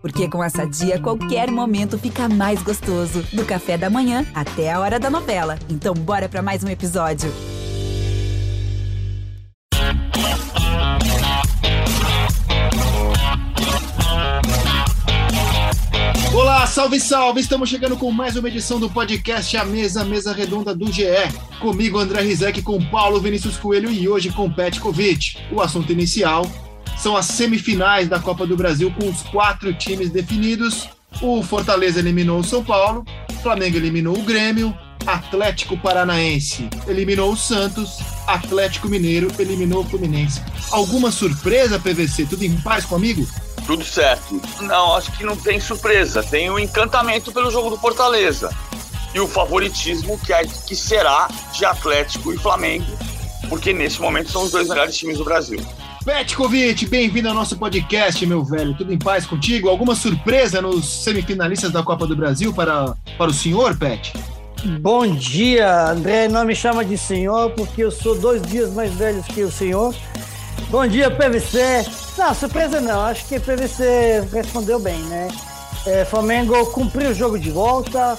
Porque com a Sadia, qualquer momento fica mais gostoso. Do café da manhã até a hora da novela. Então bora pra mais um episódio. Olá, salve, salve! Estamos chegando com mais uma edição do podcast A Mesa Redonda do GE. Comigo, André Rizek, com Paulo Vinícius Coelho e hoje com Petkovic. O assunto inicial são as semifinais da Copa do Brasil com os 4 times definidos. O Fortaleza eliminou o São Paulo, Flamengo eliminou o Grêmio, Atlético Paranaense eliminou o Santos, Atlético Mineiro eliminou o Fluminense. Alguma surpresa, PVC? Tudo em paz comigo? Tudo certo. Não, acho que não tem surpresa. Tem o encantamento pelo jogo do Fortaleza e o favoritismo que será de Atlético e Flamengo, porque nesse momento são os 2 melhores times do Brasil. Petkovic, bem-vindo ao nosso podcast, meu velho. Tudo em paz contigo? Alguma surpresa nos semifinalistas da Copa do Brasil para o senhor, Pet? Bom dia, André. Não me chama de senhor porque eu sou 2 dias mais velho que o senhor. Bom dia, PVC. Não, surpresa não. Acho que o PVC respondeu bem, né? Flamengo cumpriu o jogo de volta.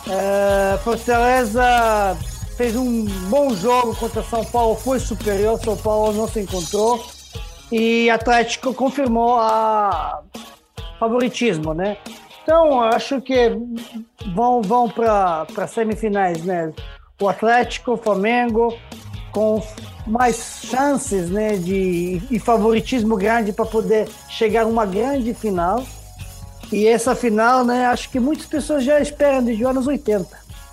Fortaleza fez um bom jogo contra São Paulo, foi superior. São Paulo não se encontrou. E Atlético confirmou a favoritismo, né? Então, acho que vão para semifinais, né? O Atlético, o Flamengo, com mais chances, né, e favoritismo grande para poder chegar a uma grande final. E essa final, né, acho que muitas pessoas já esperam desde os anos 80.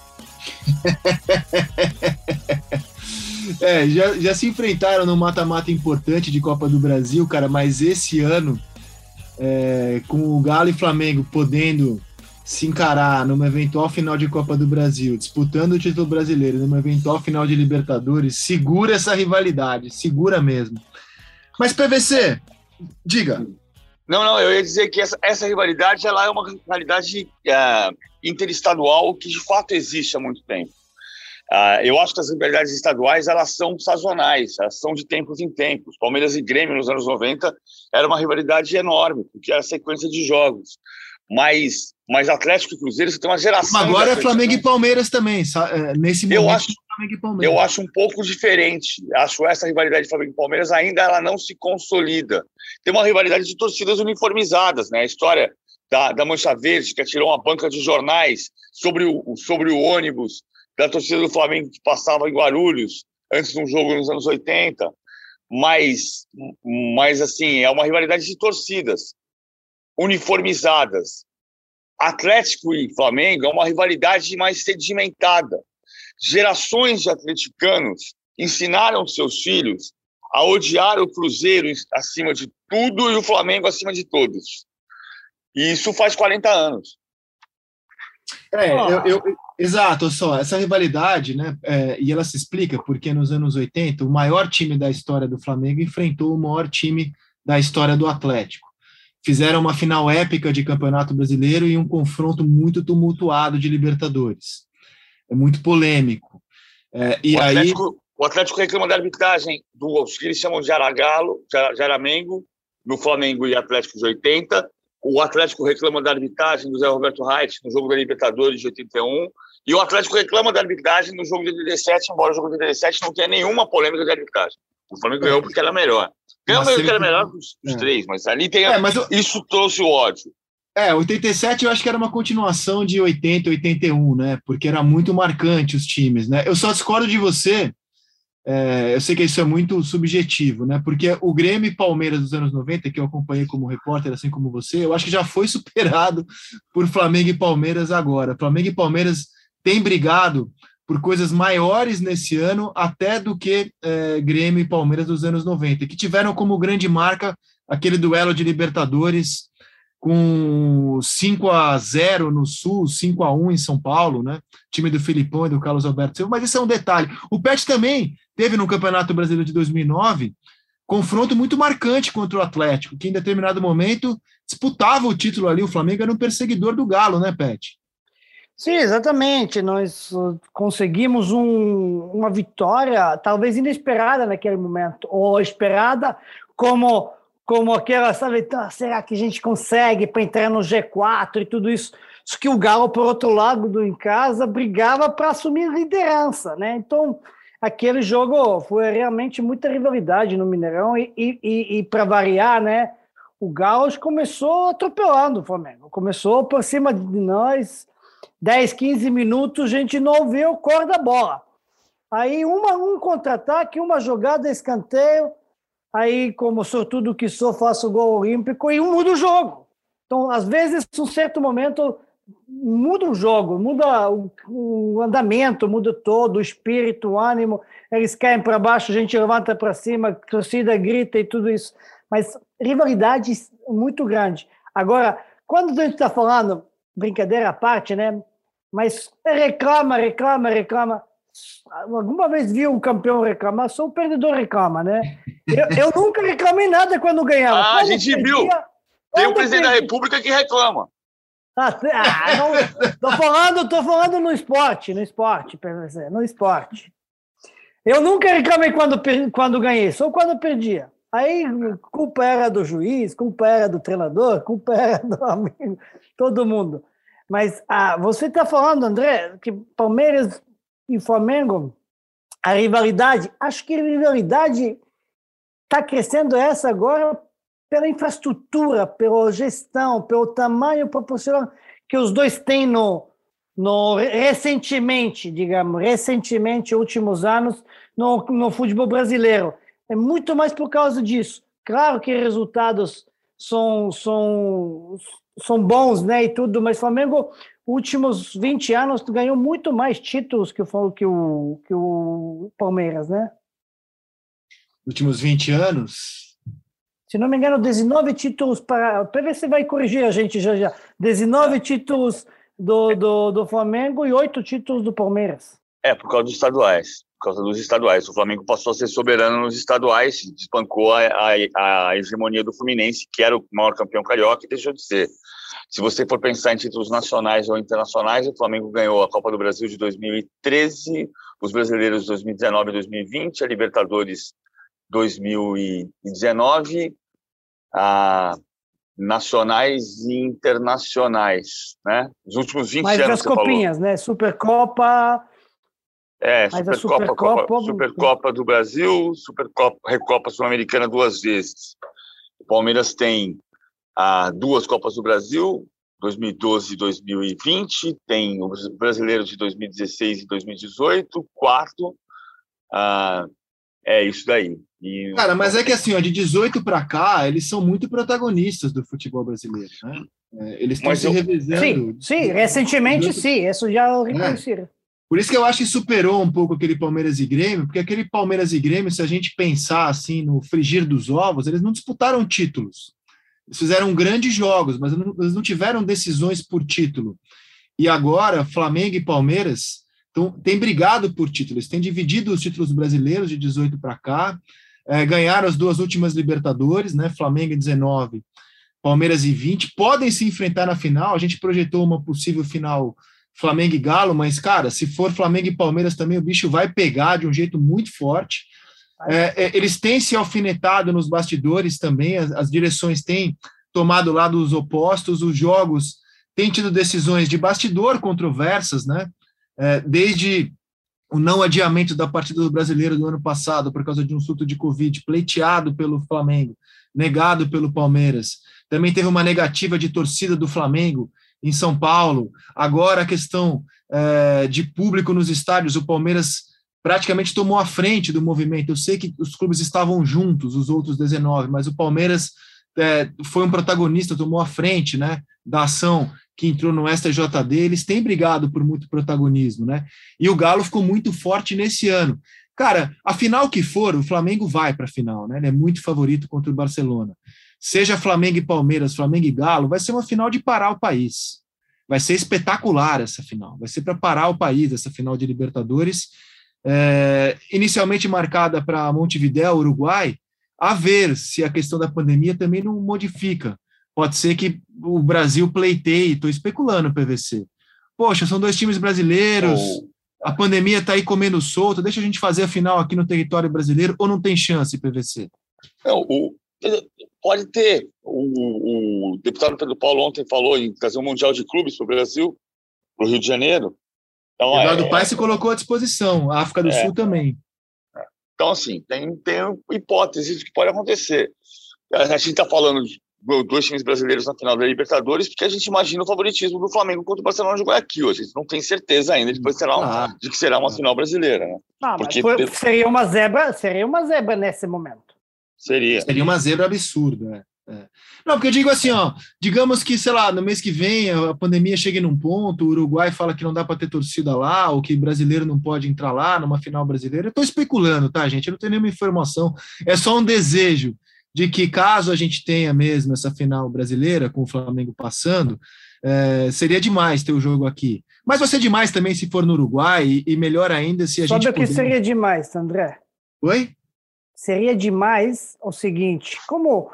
Já se enfrentaram no mata-mata importante de Copa do Brasil, cara, mas esse ano, com o Galo e Flamengo podendo se encarar numa eventual final de Copa do Brasil, disputando o título brasileiro, numa eventual final de Libertadores, segura essa rivalidade, segura mesmo. Mas PVC, diga. Não, eu ia dizer que essa rivalidade ela é uma rivalidade interestadual que de fato existe há muito tempo. Eu acho que as rivalidades estaduais elas são sazonais, elas são de tempos em tempos. Palmeiras e Grêmio nos anos 90 era uma rivalidade enorme, porque era sequência de jogos. Mas Atlético e Cruzeiro, você tem uma geração... Agora é Flamengo e Palmeiras também, nesse momento Flamengo e Palmeiras. Eu acho um pouco diferente. Acho essa rivalidade de Flamengo e Palmeiras ainda ela não se consolida. Tem uma rivalidade de torcidas uniformizadas, né? A história da Mancha Verde, que atirou uma banca de jornais sobre o ônibus da torcida do Flamengo que passava em Guarulhos antes de um jogo nos anos 80. Mas assim, é uma rivalidade de torcidas uniformizadas. Atlético e Flamengo é uma rivalidade mais sedimentada. Gerações de atleticanos ensinaram seus filhos a odiar o Cruzeiro acima de tudo e o Flamengo acima de todos. E isso faz 40 anos. Exato, só essa rivalidade, né? E ela se explica porque nos anos 80 o maior time da história do Flamengo enfrentou o maior time da história do Atlético. Fizeram uma final épica de Campeonato Brasileiro e um confronto muito tumultuado de Libertadores. É muito polêmico. O Atlético reclama da arbitragem dos que eles chamam de Jaramengo, no Flamengo e Atlético de 80. O Atlético reclama da arbitragem do Zé Roberto Reit no jogo da Libertadores de 81. E o Atlético reclama da arbitragem no jogo de 87, embora o jogo de 87 não tenha nenhuma polêmica de arbitragem. O Flamengo ganhou porque era melhor. Ganhou porque era melhor dos 3, mas ali tem isso trouxe o ódio. 87 eu acho que era uma continuação de 80, 81, né? Porque era muito marcante os times, né? Eu só discordo de você, eu sei que isso é muito subjetivo, né? Porque o Grêmio e Palmeiras dos anos 90, que eu acompanhei como repórter, assim como você, eu acho que já foi superado por Flamengo e Palmeiras agora. Flamengo e Palmeiras têm brigado por coisas maiores nesse ano até do que Grêmio e Palmeiras dos anos 90, que tiveram como grande marca aquele duelo de Libertadores com 5-0 no Sul, 5-1 em São Paulo, né? Time do Filipão e do Carlos Alberto Silva, mas isso é um detalhe. O Pet também teve no Campeonato Brasileiro de 2009 confronto muito marcante contra o Atlético, que em determinado momento disputava o título ali, o Flamengo era um perseguidor do Galo, né, Pet? Sim, exatamente. Nós conseguimos uma vitória talvez inesperada naquele momento, ou esperada como como aquela, sabe, será que a gente consegue para entrar no G4 e tudo isso? Só que o Galo, por outro lado, em casa, brigava para assumir a liderança, né? Então, aquele jogo foi realmente muita rivalidade no Mineirão e para variar, né? O Galo começou atropelando o Flamengo, começou por cima de nós, 10, 15 minutos, a gente não viu o cor da bola. Aí um contra-ataque, uma jogada, escanteio, aí como sortudo que sou, faço o gol olímpico e muda o jogo. Então, às vezes, um certo momento, muda o jogo, muda o andamento, muda todo, o espírito, o ânimo, eles caem para baixo, a gente levanta para cima, a torcida grita e tudo isso. Mas rivalidade muito grande. Agora, quando a gente está falando, brincadeira à parte, né? Mas reclama. Alguma vez viu um campeão reclamar? Só o perdedor reclama, né? Eu nunca reclamei nada quando ganhava. A gente viu. Tem um presidente da República que reclama. Não, tô falando no esporte, PVC, no esporte. Eu nunca reclamei quando ganhei, só quando perdia. Aí, culpa era do juiz, culpa era do treinador, culpa era do amigo, todo mundo. Mas você está falando, André, que Palmeiras e Flamengo, a rivalidade, acho que a rivalidade está crescendo essa agora pela infraestrutura, pela gestão, pelo tamanho proporcional que os dois têm recentemente, últimos anos, no futebol brasileiro. É muito mais por causa disso. Claro que resultados são bons, né, e tudo, mas o Flamengo, últimos 20 anos, ganhou muito mais títulos que o Palmeiras, né? Últimos 20 anos? Se não me engano, 19 títulos para... O PVC vai corrigir a gente já. 19 títulos do Flamengo e 8 títulos do Palmeiras. Por causa dos estaduais. O Flamengo passou a ser soberano nos estaduais, desbancou a hegemonia do Fluminense, que era o maior campeão carioca, e deixou de ser. Se você for pensar em títulos nacionais ou internacionais, o Flamengo ganhou a Copa do Brasil de 2013, os brasileiros de 2019 e 2020, a Libertadores 2019, nacionais e internacionais, né? Os últimos 20 anos. Mais as copinhas, né? Supercopa... Supercopa do Brasil, Recopa Sul-Americana 2 vezes. O Palmeiras tem 2 Copas do Brasil, 2012 e 2020, tem o Brasileiro de 2016 e 2018, quarto. É isso daí. Cara, mas é que assim, de 18 para cá, eles são muito protagonistas do futebol brasileiro, né? Eles estão se revezando. Sim, recentemente sim, isso já reconheceram. Por isso que eu acho que superou um pouco aquele Palmeiras e Grêmio, porque aquele Palmeiras e Grêmio, se a gente pensar assim no frigir dos ovos, eles não disputaram títulos. Eles fizeram grandes jogos, mas eles não tiveram decisões por título. E agora, Flamengo e Palmeiras têm brigado por títulos, têm dividido os títulos brasileiros de 18 para cá, ganharam as 2 últimas Libertadores, né? Flamengo em 19, Palmeiras em 20, podem se enfrentar na final. A gente projetou uma possível final Flamengo e Galo, mas, cara, se for Flamengo e Palmeiras também, o bicho vai pegar de um jeito muito forte. Eles têm se alfinetado nos bastidores também, as direções têm tomado lados opostos, os jogos têm tido decisões de bastidor controversas, né? Desde o não adiamento da partida do Brasileiro do ano passado por causa de um surto de Covid, pleiteado pelo Flamengo, negado pelo Palmeiras. Também teve uma negativa de torcida do Flamengo em São Paulo. Agora a questão de público nos estádios, o Palmeiras praticamente tomou a frente do movimento. Eu sei que os clubes estavam juntos, os outros 19, mas o Palmeiras foi um protagonista, tomou a frente, né, da ação que entrou no STJD. Eles têm brigado por muito protagonismo, né? E o Galo ficou muito forte nesse ano. Cara, a final que for, o Flamengo vai para a final, né? Ele é muito favorito contra o Barcelona. Seja Flamengo e Palmeiras, Flamengo e Galo, vai ser uma final de parar o país. Vai ser espetacular essa final. Vai ser para parar o país, essa final de Libertadores. Inicialmente marcada para Montevidéu, Uruguai, a ver se a questão da pandemia também não modifica. Pode ser que o Brasil pleiteie, estou especulando, PVC. Poxa, são 2 times brasileiros, a pandemia está aí comendo solto, deixa a gente fazer a final aqui no território brasileiro, ou não tem chance, PVC? Pode ter. O deputado Pedro Paulo ontem falou em trazer um Mundial de Clubes para o Brasil, para o Rio de Janeiro. Então, Eduardo Paes se colocou à disposição, a África do Sul também. Então, assim, tem hipóteses de que pode acontecer. A gente está falando de 2 times brasileiros na final da Libertadores porque a gente imagina o favoritismo do Flamengo contra o Barcelona de Guayaquil. A gente não tem certeza ainda de que será uma final brasileira. Né? Porque seria uma zebra nesse momento. Seria uma zebra absurda. Não, porque eu digo assim, digamos que, sei lá, no mês que vem a pandemia chegue num ponto, o Uruguai fala que não dá para ter torcida lá, ou que brasileiro não pode entrar lá numa final brasileira. Eu estou especulando, tá, gente? Eu não tenho nenhuma informação, é só um desejo de que, caso a gente tenha mesmo essa final brasileira, com o Flamengo passando, seria demais ter o jogo aqui. Mas vai ser demais também se for no Uruguai, e melhor ainda se a gente... Sabe o que seria demais, André? Oi? Seria demais o seguinte, como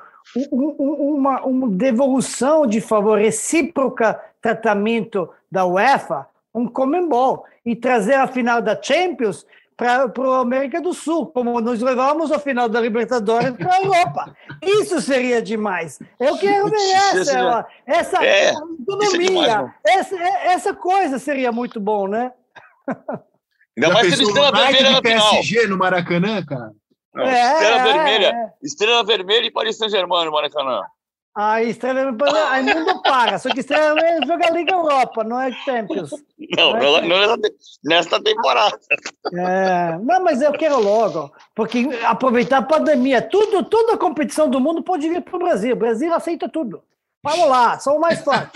uma devolução de favor, recíproca tratamento da UEFA, um Conmebol, e trazer a final da Champions para a América do Sul, como nós levamos a final da Libertadores para a Europa. Isso seria demais. Eu quero ver essa autonomia, essa coisa seria muito bom, né? Ainda mais se Estrela Vermelha na PSG final. No Maracanã, cara. Não, Estrela Vermelha e Paris Saint-Germain no Maracanã. A Estrela Vermelha, aí mundo para. Só que Estrela Vermelha joga a Liga Europa, não é Champions. Não nesta temporada. Não, mas eu quero logo, porque aproveitar a pandemia, toda a competição do mundo pode vir para o Brasil. O Brasil aceita tudo. Vamos lá, sou o mais forte.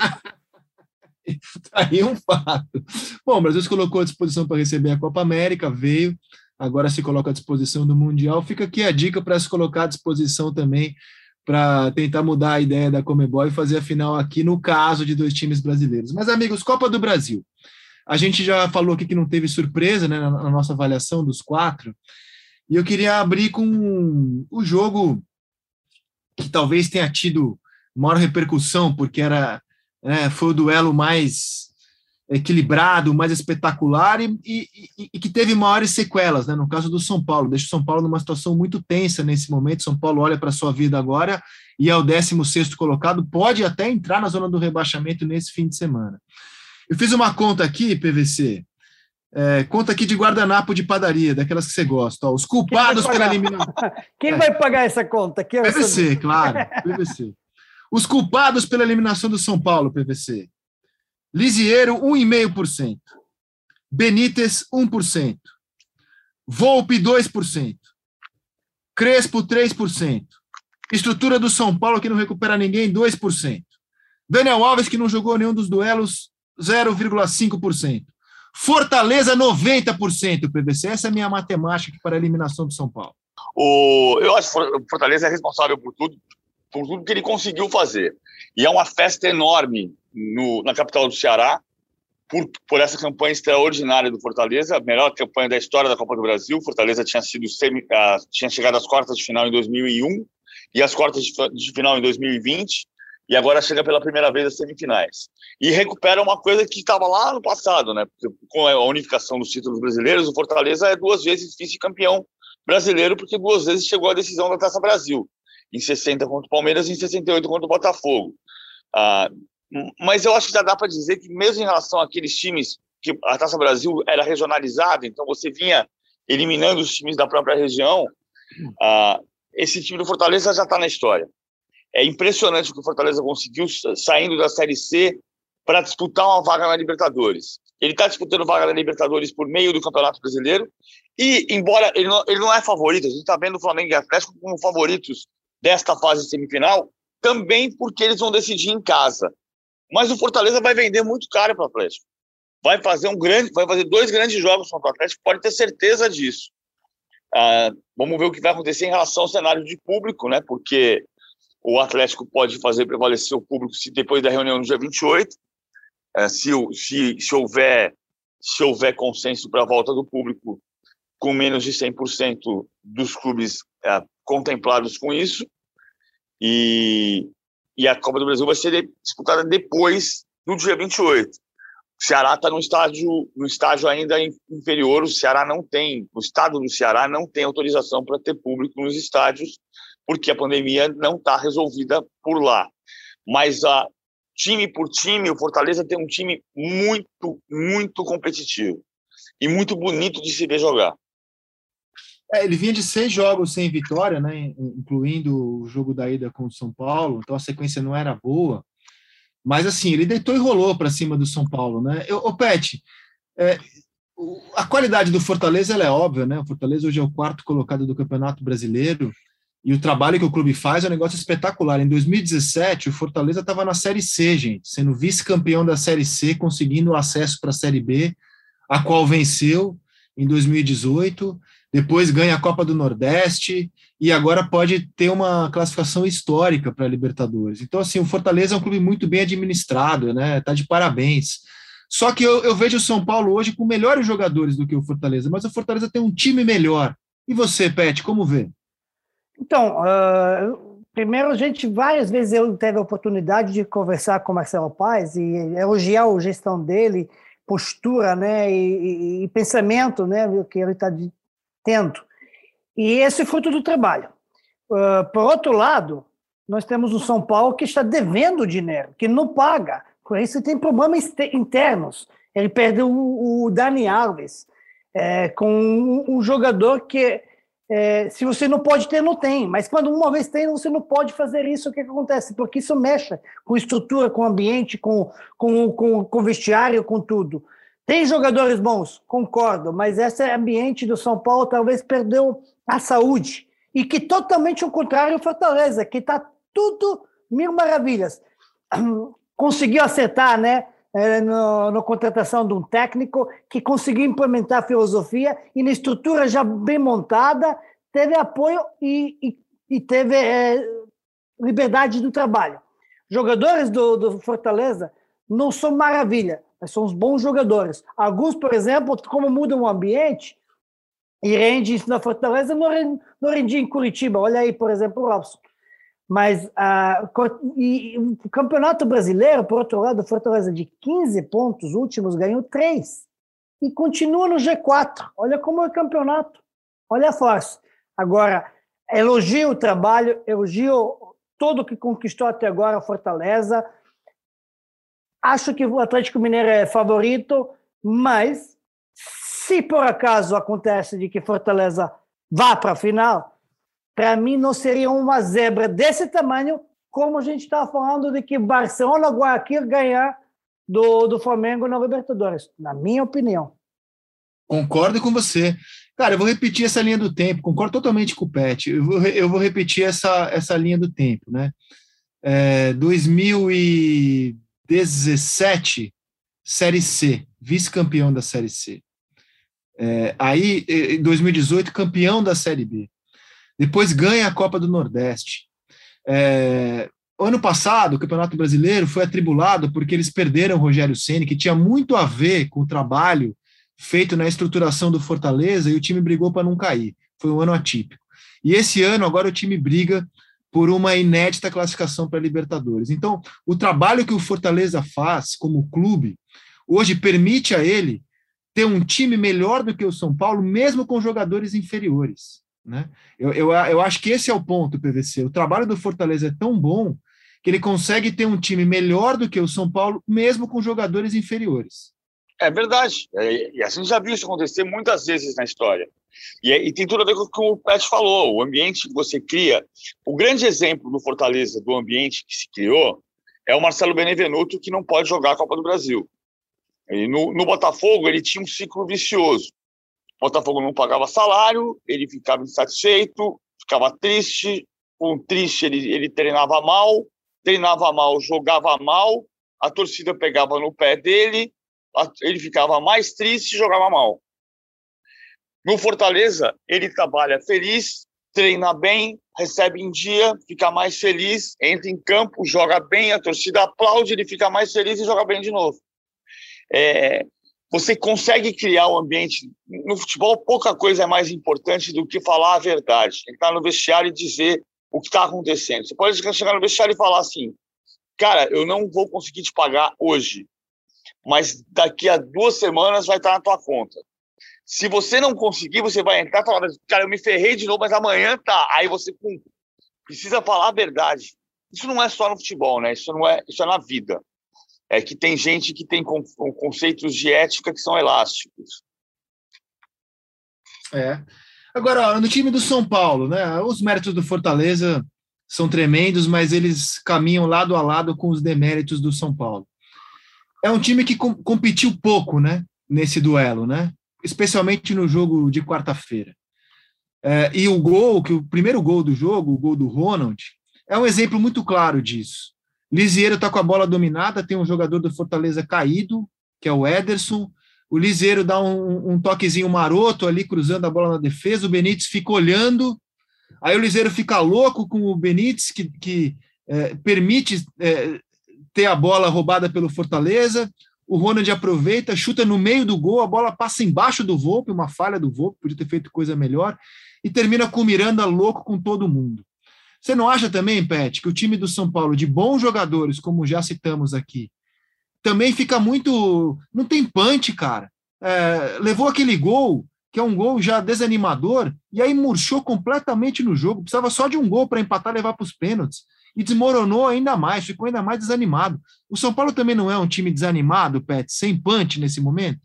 Aí um fato. Bom, o Brasil se colocou à disposição para receber a Copa América, veio. Agora se coloca à disposição do Mundial. Fica aqui a dica para se colocar à disposição também para tentar mudar a ideia da Conmebol e fazer a final aqui no caso de 2 times brasileiros. Mas, amigos, Copa do Brasil. A gente já falou aqui que não teve surpresa, né, na nossa avaliação dos 4, e eu queria abrir com o jogo que talvez tenha tido maior repercussão, porque foi o duelo mais equilibrado, mais espetacular e que teve maiores sequelas, né? No caso do São Paulo, deixa o São Paulo numa situação muito tensa nesse momento. São Paulo olha para a sua vida agora e é o 16º colocado, pode até entrar na zona do rebaixamento nesse fim de semana. Eu fiz uma conta aqui, PVC, conta aqui de guardanapo de padaria, daquelas que você gosta. Os culpados pela eliminação... Quem vai pagar essa conta? PVC, claro, PVC. Os culpados pela eliminação do São Paulo, PVC. Lisieiro, 1,5%. Benítez, 1%. Volpe, 2%. Crespo, 3%. Estrutura do São Paulo, que não recupera ninguém, 2%. Daniel Alves, que não jogou nenhum dos duelos, 0,5%. Fortaleza, 90%, PVC. Essa é a minha matemática para a eliminação do São Paulo. Eu acho que o Fortaleza é responsável por tudo que ele conseguiu fazer. E é uma festa enorme na capital do Ceará, por essa campanha extraordinária do Fortaleza, a melhor campanha da história da Copa do Brasil. Fortaleza tinha chegado às quartas de final em 2001 e às quartas de final em 2020, e agora chega pela primeira vez às semifinais. E recupera uma coisa que estava lá no passado, né? Porque com a unificação dos títulos brasileiros, o Fortaleza é 2 vezes vice-campeão brasileiro, porque 2 vezes chegou à decisão da Taça Brasil, em 60 contra o Palmeiras e em 68 contra o Botafogo. Mas eu acho que já dá para dizer que, mesmo em relação àqueles times que a Taça Brasil era regionalizada, então você vinha eliminando os times da própria região, esse time do Fortaleza já está na história. É impressionante o que o Fortaleza conseguiu saindo da Série C para disputar uma vaga na Libertadores. Ele está disputando vaga na Libertadores por meio do Campeonato Brasileiro e, embora ele não é favorito, a gente está vendo o Flamengo e o Atlético como favoritos desta fase semifinal, também porque eles vão decidir em casa. Mas o Fortaleza vai vender muito caro para o Atlético. Vai fazer 2 grandes jogos contra o Atlético, pode ter certeza disso. Vamos ver o que vai acontecer em relação ao cenário de público, né? Porque o Atlético pode fazer prevalecer o público depois da reunião no dia 28, se houver consenso para a volta do público com menos de 100% dos clubes contemplados com isso. E a Copa do Brasil vai ser disputada depois do dia 28. O Ceará está no estágio ainda inferior. O estado do Ceará não tem autorização para ter público nos estádios porque a pandemia não está resolvida por lá. Mas, time por time, o Fortaleza tem um time muito, muito competitivo e muito bonito de se ver jogar. Ele vinha de 6 jogos sem vitória, né, incluindo o jogo da ida com o São Paulo, então a sequência não era boa. Mas, assim, ele deitou e rolou para cima do São Paulo, né? Pet, a qualidade do Fortaleza ela é óbvia, né? O Fortaleza hoje é o 4º colocado do Campeonato Brasileiro e o trabalho que o clube faz é um negócio espetacular. Em 2017, o Fortaleza estava na Série C, gente, sendo vice-campeão da Série C, conseguindo o acesso para a Série B, a qual venceu em 2018, depois ganha a Copa do Nordeste e agora pode ter uma classificação histórica para a Libertadores. Então, assim, o Fortaleza é um clube muito bem administrado, né? Tá de parabéns. Só que eu vejo o São Paulo hoje com melhores jogadores do que o Fortaleza, mas o Fortaleza tem um time melhor. E você, Pet, como vê? Então, primeiro, várias vezes eu teve a oportunidade de conversar com o Marcelo Paes e elogiar a gestão dele, postura, né, e pensamento, né, que ele está tendo. E esse é fruto do trabalho. Por outro lado, nós temos o São Paulo que está devendo dinheiro, que não paga. Com isso tem problemas internos. Ele perdeu o Dani Alves, com um jogador que, se você não pode ter, não tem. Mas quando uma vez tem, você não pode fazer isso. O que acontece? Porque isso mexe com estrutura, com ambiente, com vestiário, com tudo. Tem jogadores bons, concordo, mas esse ambiente do São Paulo talvez perdeu a saúde. E que totalmente ao contrário o Fortaleza, que está tudo mil maravilhas. Conseguiu acertar, né, na contratação de um técnico que conseguiu implementar a filosofia e na estrutura já bem montada, teve apoio e teve liberdade do trabalho. Jogadores do Fortaleza não são maravilha, mas são os bons jogadores. Alguns, por exemplo, como mudam o ambiente e rende isso na Fortaleza, não rendia em Curitiba. Olha aí, por exemplo, o Robson. Mas o Campeonato Brasileiro, por outro lado, o Fortaleza de 15 pontos últimos ganhou 3 e continua no G4. Olha como é o campeonato, olha a força. Agora, elogio o trabalho, elogio tudo o que conquistou até agora a Fortaleza. Acho que o Atlético Mineiro é favorito, mas se por acaso acontece de que Fortaleza vá para a final, para mim não seria uma zebra desse tamanho, como a gente estava falando de que Barcelona, Guayaquil ganhar do Flamengo na Libertadores, na minha opinião. Concordo com você. Cara, eu vou repetir essa linha do tempo, concordo totalmente com o Pet. Eu vou repetir essa linha do tempo, né? 2017, Série C, vice-campeão da Série C. Aí, em 2018, campeão da Série B. Depois ganha a Copa do Nordeste. Ano passado, o Campeonato Brasileiro foi atribulado porque eles perderam o Rogério Ceni, que tinha muito a ver com o trabalho feito na estruturação do Fortaleza, e o time brigou para não cair. Foi um ano atípico. E esse ano, agora, o time briga por uma inédita classificação para a Libertadores. Então, o trabalho que o Fortaleza faz como clube, hoje permite a ele ter um time melhor do que o São Paulo, mesmo com jogadores inferiores. Né? Eu acho que esse é o ponto, PVC. O trabalho do Fortaleza é tão bom que ele consegue ter um time melhor do que o São Paulo, mesmo com jogadores inferiores. É verdade. E a gente já viu isso acontecer muitas vezes na história. E tem tudo a ver com o que o Pet falou. O ambiente que você cria. O grande exemplo do Fortaleza, do ambiente que se criou, é o Marcelo Benevenuto, que não pode jogar a Copa do Brasil. E no Botafogo, ele tinha um ciclo vicioso. O Botafogo não pagava salário, ele ficava insatisfeito, ficava triste. Com triste, ele treinava mal, jogava mal, a torcida pegava no pé dele, ele ficava mais triste e jogava mal. No Fortaleza, ele trabalha feliz, treina bem, recebe em dia, fica mais feliz, entra em campo, joga bem, a torcida aplaude, ele fica mais feliz e joga bem de novo. Você consegue criar um ambiente... No futebol, pouca coisa é mais importante do que falar a verdade. Entrar no vestiário e dizer o que está acontecendo. Você pode chegar no vestiário e falar assim, cara, eu não vou conseguir te pagar hoje, mas daqui a 2 semanas vai estar na tua conta. Se você não conseguir, você vai entrar e falar, cara, eu me ferrei de novo, mas amanhã tá. Aí você precisa falar a verdade. Isso não é só no futebol, né? Isso é na vida. É que tem gente que tem conceitos de ética que são elásticos. Agora, no time do São Paulo, né? Os méritos do Fortaleza são tremendos, mas eles caminham lado a lado com os deméritos do São Paulo. É um time que competiu pouco, né? Nesse duelo, né? Especialmente no jogo de quarta-feira. E o primeiro gol do jogo, o gol do Ronald, é um exemplo muito claro disso. Lisieiro está com a bola dominada, tem um jogador do Fortaleza caído, que é o Ederson. O Lisieiro dá um toquezinho maroto ali, cruzando a bola na defesa. O Benítez fica olhando. Aí o Lisieiro fica louco com o Benítez, que permite ter a bola roubada pelo Fortaleza. O Ronald aproveita, chuta no meio do gol, a bola passa embaixo do Volpi, uma falha do Volpi, podia ter feito coisa melhor, e termina com o Miranda louco com todo mundo. Você não acha também, Pet, que o time do São Paulo, de bons jogadores, como já citamos aqui, também fica muito... Não tem punch, cara. Levou aquele gol, que é um gol já desanimador, e aí murchou completamente no jogo. Precisava só de um gol para empatar e levar para os pênaltis. E desmoronou ainda mais, ficou ainda mais desanimado. O São Paulo também não é um time desanimado, Pet, sem punch nesse momento?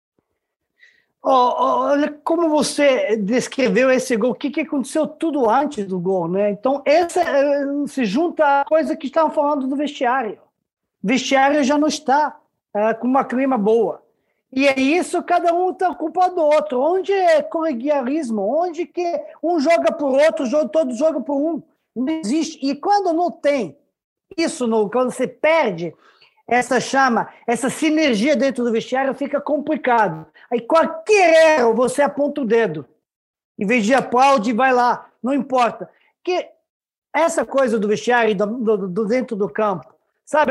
Olha como você descreveu esse gol, o que aconteceu tudo antes do gol, né? Então, essa se junta a coisa que estavam falando do vestiário. O vestiário já não está com uma clima boa. E é isso, cada um está culpado do outro. Onde é colegialismo? Onde que um joga por outro, todos jogam por um? Não existe. E quando não tem isso, quando você perde essa chama, essa sinergia dentro do vestiário, fica complicado. Aí qualquer erro, você aponta o dedo. Em vez de aplaudir, vai lá. Não importa. Que essa coisa do vestiário, do dentro do campo, sabe,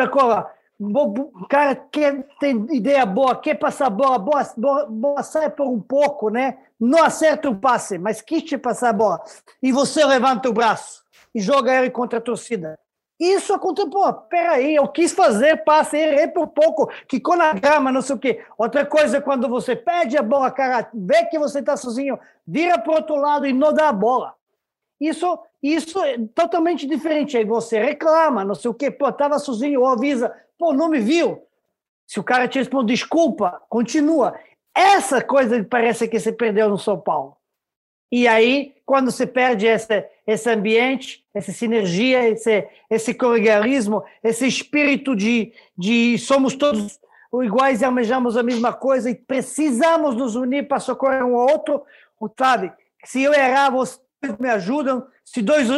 o cara quer ter ideia boa, quer passar boa sai por um pouco, né? Não acerta o passe, mas quis te passar a bola. E você levanta o braço e joga ele contra a torcida. Isso aconteceu, peraí, eu quis fazer passe, errei por pouco, quicou na grama, não sei o quê. Outra coisa é quando você perde a bola, cara, vê que você está sozinho, vira para o outro lado e não dá a bola. Isso é totalmente diferente. Aí você reclama, não sei o quê, estava sozinho, ou avisa, não me viu. Se o cara te responde, desculpa, continua. Essa coisa parece que você perdeu no São Paulo. E aí, quando você perde esse ambiente, essa sinergia, esse colegialismo, esse espírito de somos todos iguais e almejamos a mesma coisa e precisamos nos unir para socorrer um ao outro, sabe? Se eu errar, vocês me ajudam. Se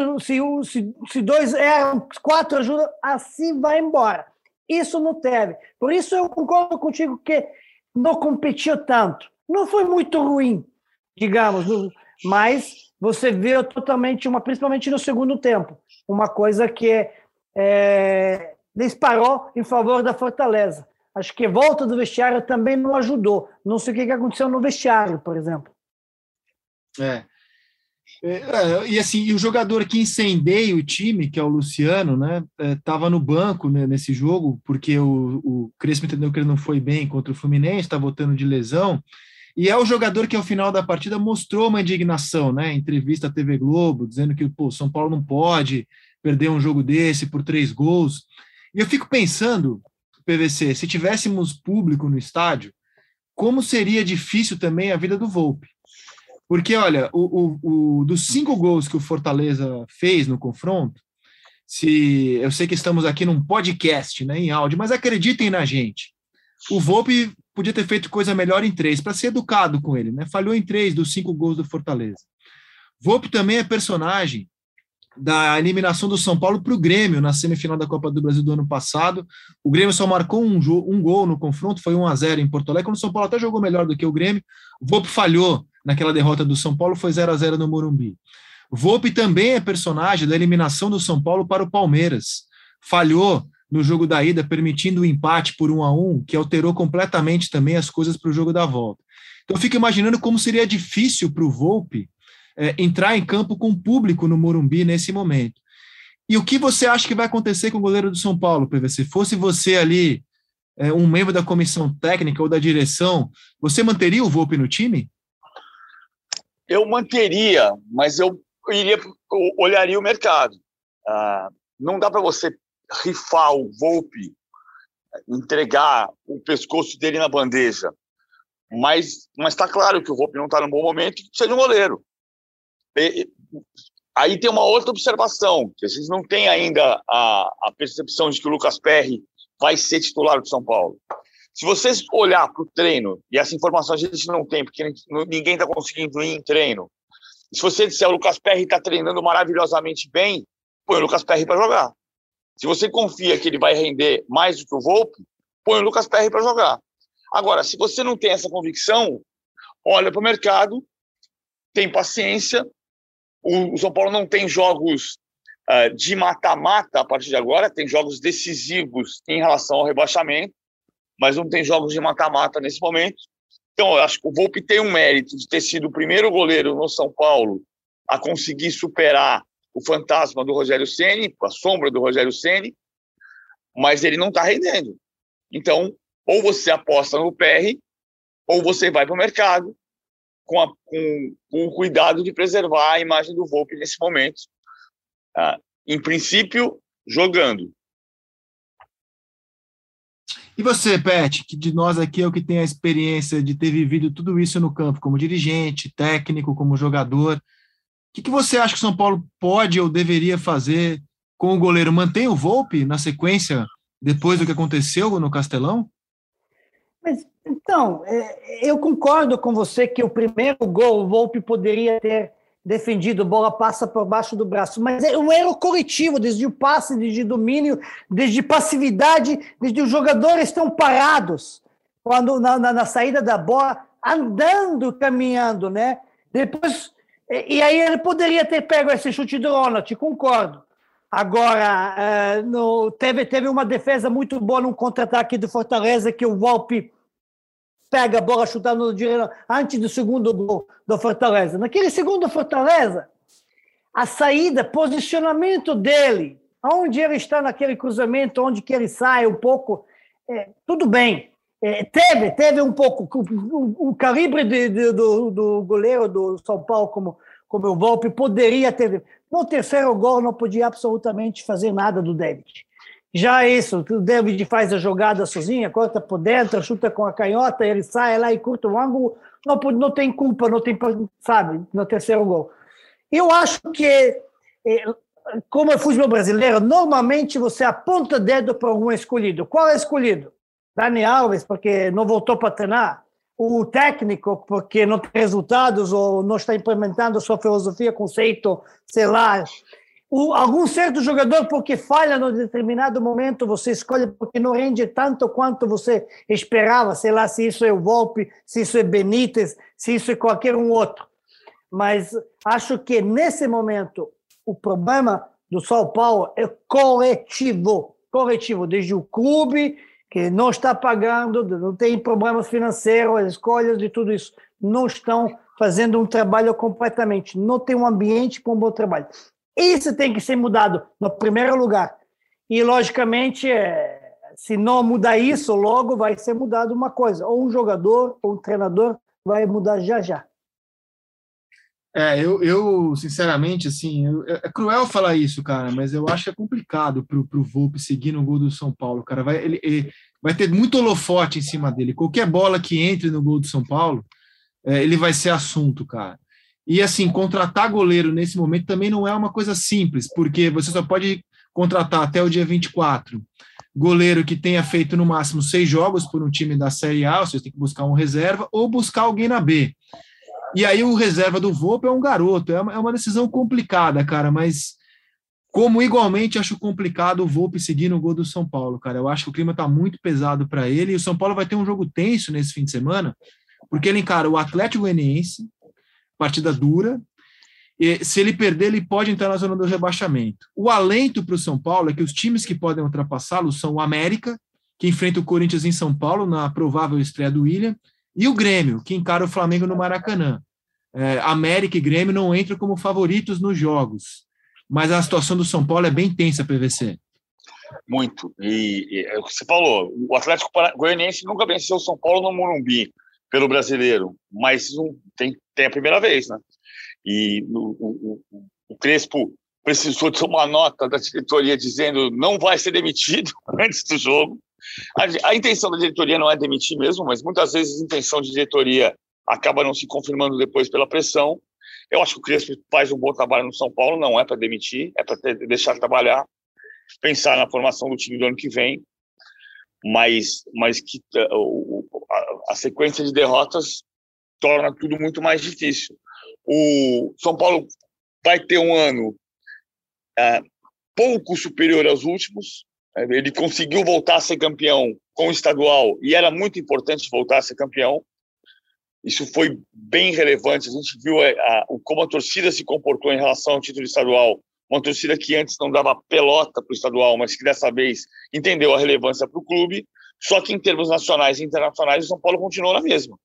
dois erram, 4 ajudam, assim vai embora. Isso não teve. Por isso eu concordo contigo que não competiu tanto. Não foi muito ruim, digamos, mas você viu totalmente principalmente no segundo tempo, uma coisa que disparou em favor da Fortaleza. Acho que a volta do vestiário também não ajudou. Não sei o que aconteceu no vestiário, por exemplo. E assim, o jogador que incendeia o time, que é o Luciano, né, estava no banco, né, nesse jogo, porque o Crespo entendeu que ele não foi bem contra o Fluminense, está voltando de lesão, e é o jogador que ao final da partida mostrou uma indignação, né, em entrevista à TV Globo, dizendo que São Paulo não pode perder um jogo desse por 3 gols. E eu fico pensando, PVC, se tivéssemos público no estádio, como seria difícil também a vida do Volpi. Porque, olha, dos 5 gols que o Fortaleza fez no confronto, eu sei que estamos aqui num podcast, né, em áudio, mas acreditem na gente. O Volpi podia ter feito coisa melhor em 3, para ser educado com ele, né? Falhou em 3 dos 5 gols do Fortaleza. Volpi também é personagem da eliminação do São Paulo para o Grêmio na semifinal da Copa do Brasil do ano passado. O Grêmio só marcou um gol no confronto, foi 1-0 em Porto Alegre, quando o São Paulo até jogou melhor do que o Grêmio. O Volpi falhou naquela derrota do São Paulo, foi 0-0 no Morumbi. O Volpi também é personagem da eliminação do São Paulo para o Palmeiras. Falhou no jogo da ida, permitindo o empate por 1-1, que alterou completamente também as coisas para o jogo da volta. Então eu fico imaginando como seria difícil para o Volpi entrar em campo com o público no Morumbi nesse momento. E o que você acha que vai acontecer com o goleiro do São Paulo, PVC? Fosse você ali, um membro da comissão técnica ou da direção, você manteria o Volpi no time? Eu manteria, mas eu olharia o mercado. não dá para você rifar o Volpi, entregar o pescoço dele na bandeja. Mas está claro que o Volpi não está num bom momento e precisa de um goleiro. Aí tem uma outra observação, que a gente não tem ainda a percepção de que o Lucas Perry vai ser titular do São Paulo. Se vocês olhar para o treino, e essa informação a gente não tem, porque ninguém está conseguindo ir em treino, se você disser o Lucas Perry está treinando maravilhosamente bem, põe o Lucas Perry para jogar. Se você confia que ele vai render mais do que o Volpi, põe o Lucas Perry para jogar. Agora, se você não tem essa convicção, olha para o mercado, tem paciência. O São Paulo não tem jogos de mata-mata a partir de agora, tem jogos decisivos em relação ao rebaixamento, mas não tem jogos de mata-mata nesse momento. Então, eu acho que o Volpi tem um mérito de ter sido o primeiro goleiro no São Paulo a conseguir superar o fantasma do Rogério Ceni, a sombra do Rogério Ceni, mas ele não está rendendo. Então, ou você aposta no PR, ou você vai para o mercado com o cuidado de preservar a imagem do Volpi nesse momento. Em princípio, jogando. E você, Pet, que de nós aqui é o que tem a experiência de ter vivido tudo isso no campo, como dirigente, técnico, como jogador, o que você acha que o São Paulo pode ou deveria fazer com o goleiro? Mantém o Volpi na sequência, depois do que aconteceu no Castelão? Mas, então, eu concordo com você que o primeiro gol o Volpi poderia ter defendido, a bola passa por baixo do braço, mas é um erro coletivo, desde o passe, desde o domínio, desde passividade, desde os jogadores estão parados quando na saída da bola, andando, caminhando, né? Depois, e aí ele poderia ter pego esse chute do Ronald, concordo. Agora, teve uma defesa muito boa num contra-ataque do Fortaleza, que o Volpi pega a bola chutando no direito antes do segundo gol do Fortaleza. Naquele segundo Fortaleza, a saída, posicionamento dele, onde ele está naquele cruzamento, onde que ele sai um pouco, tudo bem. Teve um pouco o calibre do goleiro do São Paulo, como o Volpi, poderia ter. No terceiro gol não podia absolutamente fazer nada do David. Já isso, o David faz a jogada sozinha, corta por dentro, chuta com a canhota, ele sai lá e curta o ângulo, não tem culpa, não tem, sabe, no terceiro gol. Eu acho que, como é futebol brasileiro, normalmente você aponta dedo para algum escolhido. Qual é escolhido? Dani Alves, porque não voltou para treinar. O técnico, porque não tem resultados ou não está implementando a sua filosofia, conceito, sei lá. Algum certo jogador, porque falha num determinado momento, você escolhe porque não rende tanto quanto você esperava, sei lá, se isso é o Volpi, se isso é Benítez, se isso é qualquer um outro. Mas acho que, nesse momento, o problema do São Paulo é coletivo, desde o clube, que não está pagando, não tem problemas financeiros, as escolhas de tudo isso, não estão fazendo um trabalho completamente, não tem um ambiente para um bom trabalho. Isso tem que ser mudado no primeiro lugar. E, logicamente, se não mudar isso, logo vai ser mudado uma coisa. Ou um jogador, ou um treinador vai mudar já. Eu sinceramente, assim, é cruel falar isso, cara, mas eu acho que é complicado pro Volpi seguir no gol do São Paulo, cara. Ele vai ter muito holofote em cima dele. Qualquer bola que entre no gol do São Paulo, ele vai ser assunto, cara. E, assim, contratar goleiro nesse momento também não é uma coisa simples, porque você só pode contratar até o dia 24 goleiro que tenha feito no máximo 6 jogos por um time da Série A, ou seja, tem que buscar um reserva, ou buscar alguém na B. E aí o reserva do Volpi é um garoto, é uma decisão complicada, cara, mas como igualmente acho complicado o Volpi seguir no gol do São Paulo, cara. Eu acho que o clima está muito pesado para ele, e o São Paulo vai ter um jogo tenso nesse fim de semana, porque ele encara o Atlético Goianiense, partida dura, e se ele perder, ele pode entrar na zona do rebaixamento. O alento para o São Paulo é que os times que podem ultrapassá-lo são o América, que enfrenta o Corinthians em São Paulo, na provável estreia do William, e o Grêmio, que encara o Flamengo no Maracanã. América e Grêmio não entram como favoritos nos jogos, mas a situação do São Paulo é bem tensa, PVC. Muito. E é o que você falou, o Atlético Goianiense nunca venceu o São Paulo no Morumbi, pelo brasileiro, mas tem a primeira vez, né? E o Crespo precisou de uma nota da diretoria dizendo não vai ser demitido antes do jogo. A intenção da diretoria não é demitir mesmo, mas muitas vezes a intenção de diretoria acaba não se confirmando depois pela pressão. Eu acho que o Crespo faz um bom trabalho no São Paulo, não é para demitir, é para deixar trabalhar, pensar na formação do time do ano que vem, mas que a sequência de derrotas torna tudo muito mais difícil. O São Paulo vai ter um ano pouco superior aos últimos. Ele conseguiu voltar a ser campeão com o estadual e era muito importante voltar a ser campeão. Isso foi bem relevante. A gente viu como a torcida se comportou em relação ao título estadual. Uma torcida que antes não dava pelota para o estadual, mas que dessa vez entendeu a relevância para o clube. Só que em termos nacionais e internacionais, o São Paulo continuou na mesma.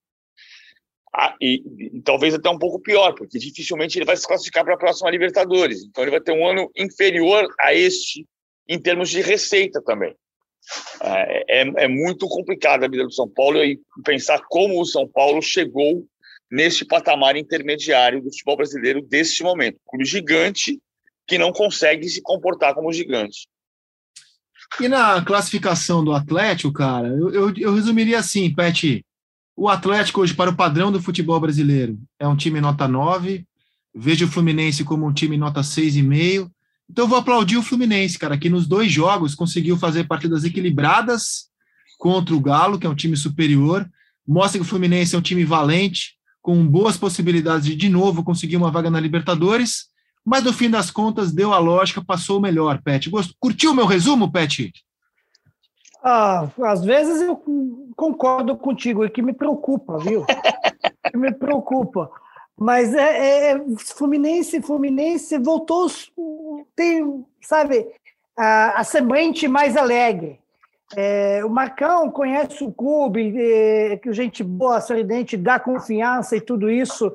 E talvez até um pouco pior, porque dificilmente ele vai se classificar para a próxima Libertadores. Então ele vai ter um ano inferior a este em termos de receita também. É muito complicado a vida do São Paulo e pensar como o São Paulo chegou neste patamar intermediário do futebol brasileiro deste momento. Um clube gigante que não consegue se comportar como gigante. E na classificação do Atlético, cara, eu resumiria assim, Pet, o Atlético hoje, para o padrão do futebol brasileiro, é um time nota 9, vejo o Fluminense como um time nota 6,5, então eu vou aplaudir o Fluminense, cara, que nos 2 jogos conseguiu fazer partidas equilibradas contra o Galo, que é um time superior, mostra que o Fluminense é um time valente, com boas possibilidades de novo conseguir uma vaga na Libertadores, mas no fim das contas deu a lógica, passou o melhor, Pet. Curtiu o meu resumo, Pet? Às vezes eu concordo contigo, e que me preocupa, viu? Que me preocupa. Mas Fluminense voltou, tem, sabe, a semente mais alegre. O Marcão conhece o clube, que gente boa, sorridente, dá confiança e tudo isso.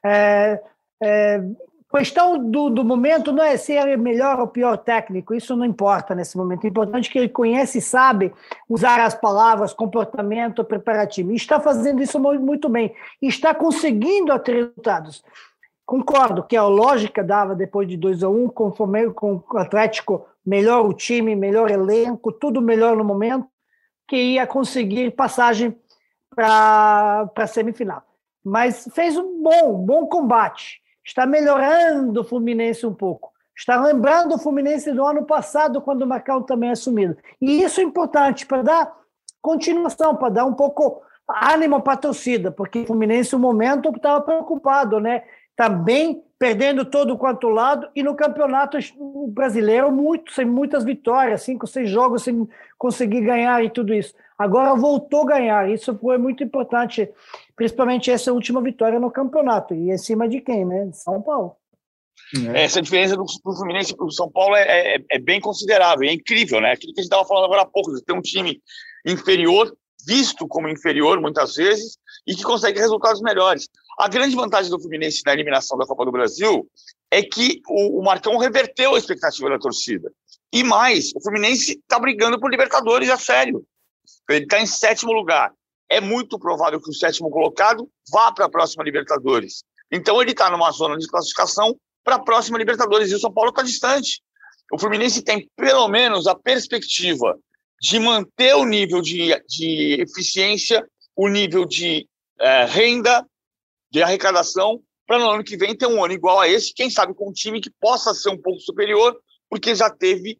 Questão do momento não é ser melhor ou pior técnico, isso não importa nesse momento. O importante é que ele conhece e sabe usar as palavras, comportamento, preparativo. E está fazendo isso muito bem. E está conseguindo ter resultados. Concordo que a lógica dava depois de 2-1, conforme com o Atlético, melhor o time, melhor elenco, tudo melhor no momento, que ia conseguir passagem para a semifinal. Mas fez um bom combate. Está melhorando o Fluminense um pouco. Está lembrando o Fluminense do ano passado, quando o Marcão também assumiu. E isso é importante para dar continuação, para dar um pouco ânimo para a torcida, porque o Fluminense, no momento, estava preocupado, né? Também perdendo todo quanto lado, e no campeonato brasileiro, sem muitas vitórias, 5, 6 jogos sem conseguir ganhar e tudo isso. Agora voltou a ganhar, isso foi muito importante, principalmente essa última vitória no campeonato. E em cima de quem, né? São Paulo. Essa diferença do Fluminense para o São Paulo é bem considerável, é incrível, né? Aquilo que a gente estava falando agora há pouco, de ter um time inferior, visto como inferior muitas vezes, e que consegue resultados melhores. A grande vantagem do Fluminense na eliminação da Copa do Brasil é que o Marcão reverteu a expectativa da torcida. E mais, o Fluminense está brigando por Libertadores, a sério. Ele está em 7º lugar. É muito provável que o 7º colocado vá para a próxima Libertadores. Então ele está numa zona de classificação para a próxima Libertadores, e o São Paulo está distante. O Fluminense tem pelo menos a perspectiva de manter o nível de eficiência, o nível de renda, de arrecadação, para no ano que vem ter um ano igual a esse, quem sabe com um time que possa ser um pouco superior, porque já teve,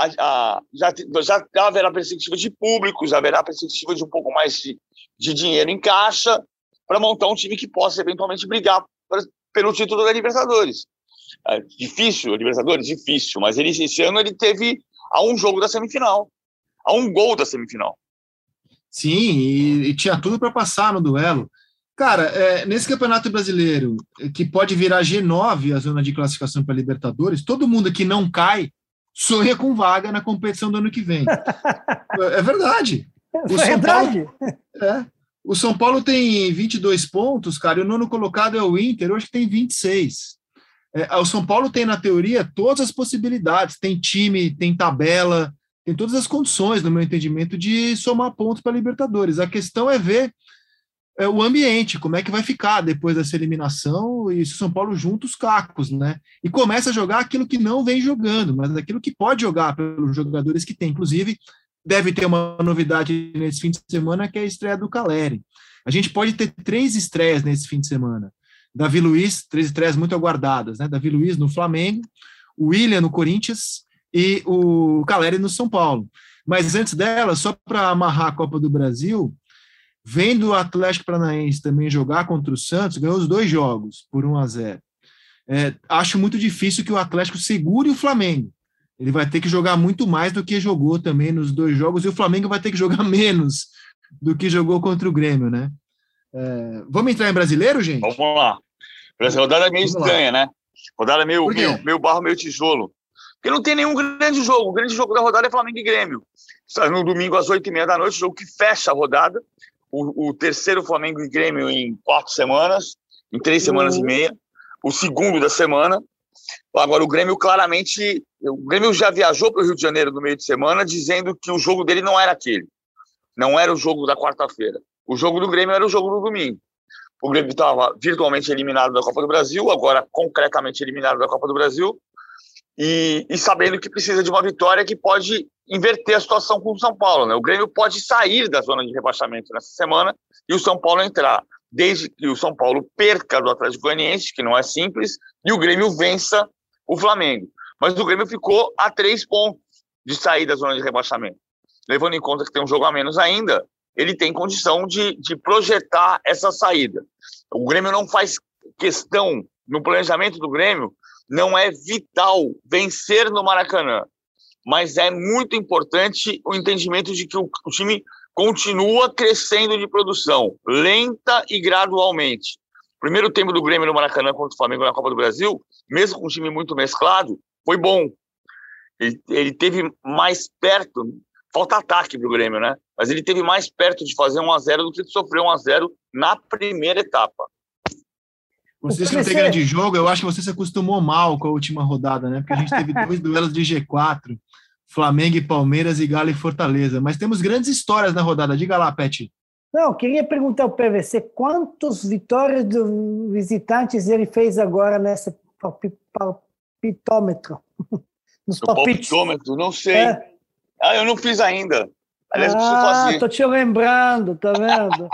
já haverá perspectiva de público, já haverá perspectiva de um pouco mais de dinheiro em caixa, para montar um time que possa eventualmente brigar pelo título da Libertadores. Difícil, Libertadores? Difícil, mas esse ano ele teve a um jogo da semifinal, a um gol da semifinal. Sim, e tinha tudo para passar no duelo. Cara, nesse Campeonato Brasileiro, que pode virar G9, a zona de classificação para Libertadores, todo mundo que não cai sonha com vaga na competição do ano que vem. É verdade. O São Paulo tem 22 pontos, cara, e o 9º colocado é o Inter, hoje tem 26. O São Paulo tem, na teoria, todas as possibilidades, tem time, tem tabela, tem todas as condições, no meu entendimento, de somar pontos para a Libertadores. A questão é ver o ambiente, como é que vai ficar depois dessa eliminação, e se o São Paulo junta os cacos, né? E começa a jogar aquilo que não vem jogando, mas aquilo que pode jogar pelos jogadores que tem. Inclusive, deve ter uma novidade nesse fim de semana, que é a estreia do Caleri. A gente pode ter 3 estreias nesse fim de semana. Davi Luiz, 3 estreias muito aguardadas, né? Davi Luiz no Flamengo, o William no Corinthians e o Caleri no São Paulo. Mas antes dela, só para amarrar a Copa do Brasil, vendo o Atlético Paranaense também jogar contra o Santos, ganhou os 2 jogos por 1-0. Acho muito difícil que o Atlético segure o Flamengo. Ele vai ter que jogar muito mais do que jogou também nos 2 jogos, e o Flamengo vai ter que jogar menos do que jogou contra o Grêmio, né? Vamos entrar em brasileiro, gente? Vamos lá. Essa rodada é meio estranha, né? Rodada meio barro, meio tijolo. Porque não tem nenhum grande jogo. O grande jogo da rodada é Flamengo e Grêmio. No domingo, às 8h30 da noite, o jogo que fecha a rodada. O terceiro Flamengo e Grêmio em 4 semanas, em 3 semanas e meia. O segundo da semana. Agora, o Grêmio claramente... O Grêmio já viajou para o Rio de Janeiro no meio de semana, dizendo que o jogo dele não era aquele. Não era o jogo da quarta-feira. O jogo do Grêmio era o jogo do domingo. O Grêmio estava virtualmente eliminado da Copa do Brasil, agora concretamente eliminado da Copa do Brasil, e sabendo que precisa de uma vitória que pode inverter a situação com o São Paulo, né? O Grêmio pode sair da zona de rebaixamento nessa semana e o São Paulo entrar, desde que o São Paulo perca do Atlético Goianiense, que não é simples, e o Grêmio vença o Flamengo. Mas o Grêmio ficou a 3 pontos de sair da zona de rebaixamento. Levando em conta que tem um jogo a menos ainda, ele tem condição de projetar essa saída. O Grêmio não faz questão, no planejamento do Grêmio, não é vital vencer no Maracanã, mas é muito importante o entendimento de que o time continua crescendo de produção, lenta e gradualmente. O primeiro tempo do Grêmio no Maracanã contra o Flamengo na Copa do Brasil, mesmo com um time muito mesclado, foi bom. Ele teve mais perto, falta ataque para o Grêmio, né? Mas ele teve mais perto de fazer 1-0 do que de sofrer 1-0 na primeira etapa. Você não tem grande jogo, eu acho que você se acostumou mal com a última rodada, né? Porque a gente teve 2 duelos de G4, Flamengo e Palmeiras e Galo e Fortaleza. Mas temos grandes histórias na rodada. Diga lá, Pet. Não, queria perguntar ao PVC quantas vitórias do visitantes ele fez agora nesse palpitômetro. Nos palpites. Palpitômetro, não sei. Eu não fiz ainda. Aliás, preciso fazer. Tô te lembrando, tá vendo?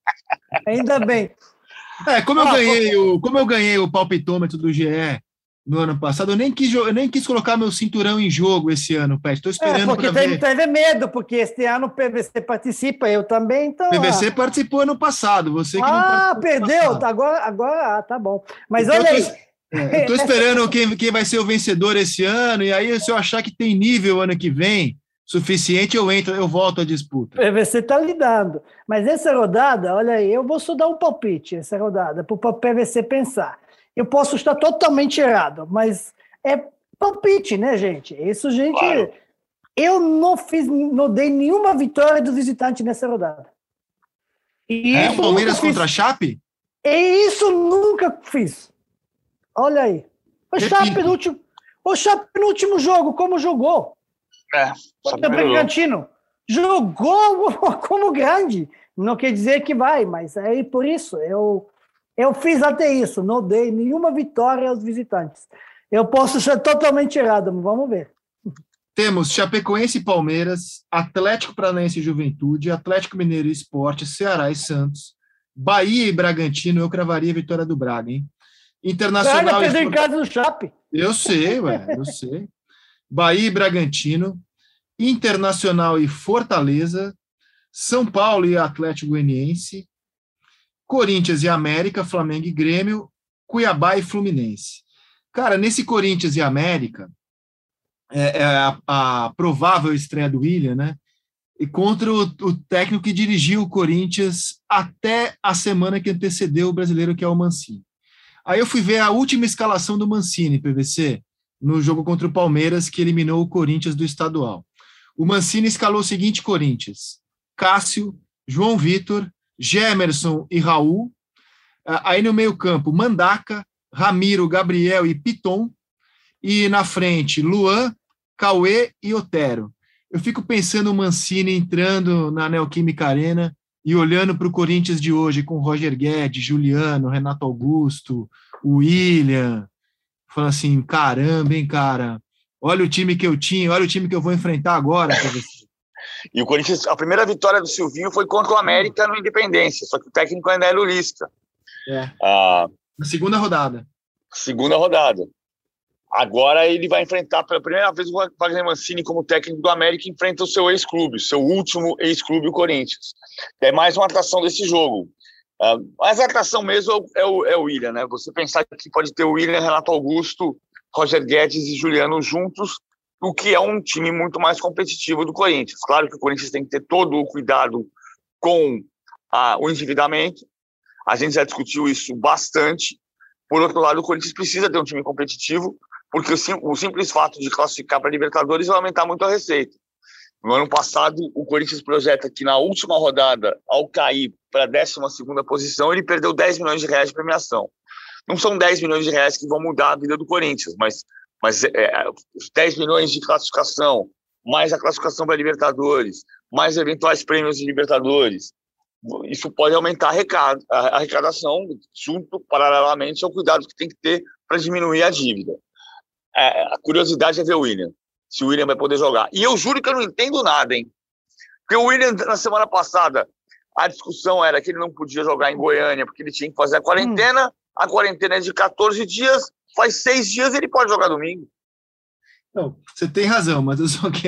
Ainda bem. Como eu ganhei o palpitômetro do GE no ano passado, eu nem quis colocar meu cinturão em jogo esse ano, Pet. Estou esperando para ver. Porque teve medo, porque este ano o PVC participa, eu também. Então, PVC participou ano passado, você que não participou. Perdeu, agora tá bom. Mas então, olha aí. Estou esperando quem vai ser o vencedor esse ano, e aí se eu achar que tem nível ano que vem suficiente, eu volto à disputa. O PVC está lidando. Mas essa rodada, olha aí, eu vou só dar um palpite, essa rodada, para o PVC pensar. Eu posso estar totalmente errado, mas é palpite, né, gente? Isso, gente... Claro. Eu não dei nenhuma vitória do visitante nessa rodada. O Palmeiras contra a Chape? E isso nunca fiz. Olha aí. O Chape no último jogo, como jogou? Contra o Bragantino. Jogou como grande. Não quer dizer que vai, mas é por isso. Eu fiz até isso. Não dei nenhuma vitória aos visitantes. Eu posso ser totalmente errado, mas vamos ver. Temos Chapecoense e Palmeiras, Atlético Paranaense e Juventude, Atlético Mineiro e Sport, Ceará e Santos, Bahia e Bragantino. Eu cravaria a vitória do Braga, hein? Internacional. Perdeu em casa do Chape. Eu sei. Bahia e Bragantino, Internacional e Fortaleza, São Paulo e Atlético Goianiense, Corinthians e América, Flamengo e Grêmio, Cuiabá e Fluminense. Cara, nesse Corinthians e América, a provável estreia do William, né? E contra o técnico que dirigiu o Corinthians até a semana que antecedeu o brasileiro, que é o Mancini. Aí eu fui ver a última escalação do Mancini, PVC, no jogo contra o Palmeiras, que eliminou o Corinthians do estadual. O Mancini escalou o seguinte Corinthians: Cássio, João Vitor, Gemerson e Raul. Aí no meio campo, Mandaca, Ramiro, Gabriel e Piton. E na frente, Luan, Cauê e Otero. Eu fico pensando o Mancini entrando na Neoquímica Arena e olhando para o Corinthians de hoje, com Roger Guedes, Juliano, Renato Augusto, o William, falando assim, caramba, hein, cara, olha o time que eu tinha, olha o time que eu vou enfrentar agora, professor. E o Corinthians, a primeira vitória do Silvinho foi contra o América no Independência, só que o técnico ainda era o Lisca. Na segunda rodada. Segunda rodada. Agora ele vai enfrentar pela primeira vez o Wagner Mancini como técnico do América, enfrenta o seu ex-clube, o seu último ex-clube, o Corinthians. É mais uma atração desse jogo. Mas a atração mesmo é o William, né? Você pensar que pode ter o William, Renato Augusto, Roger Guedes e Juliano juntos, o que é um time muito mais competitivo do Corinthians. Claro que o Corinthians tem que ter todo o cuidado com o endividamento. A gente já discutiu isso bastante. Por outro lado, o Corinthians precisa ter um time competitivo, porque o simples fato de classificar para a Libertadores vai aumentar muito a receita. No ano passado, o Corinthians projeta que na última rodada, ao cair para a 12ª posição, ele perdeu 10 milhões de reais de premiação. Não são 10 milhões de reais que vão mudar a vida do Corinthians, mas os 10 milhões de classificação, mais a classificação para a Libertadores, mais eventuais prêmios de Libertadores, isso pode aumentar a arrecadação junto, paralelamente, ao cuidado que tem que ter para diminuir a dívida. A curiosidade é ver o William, se o William vai poder jogar. E eu juro que eu não entendo nada, hein? Porque o William, na semana passada, a discussão era que ele não podia jogar em Goiânia porque ele tinha que fazer a quarentena. A quarentena é de 14 dias, faz 6 dias ele pode jogar domingo. Não, você tem razão, mas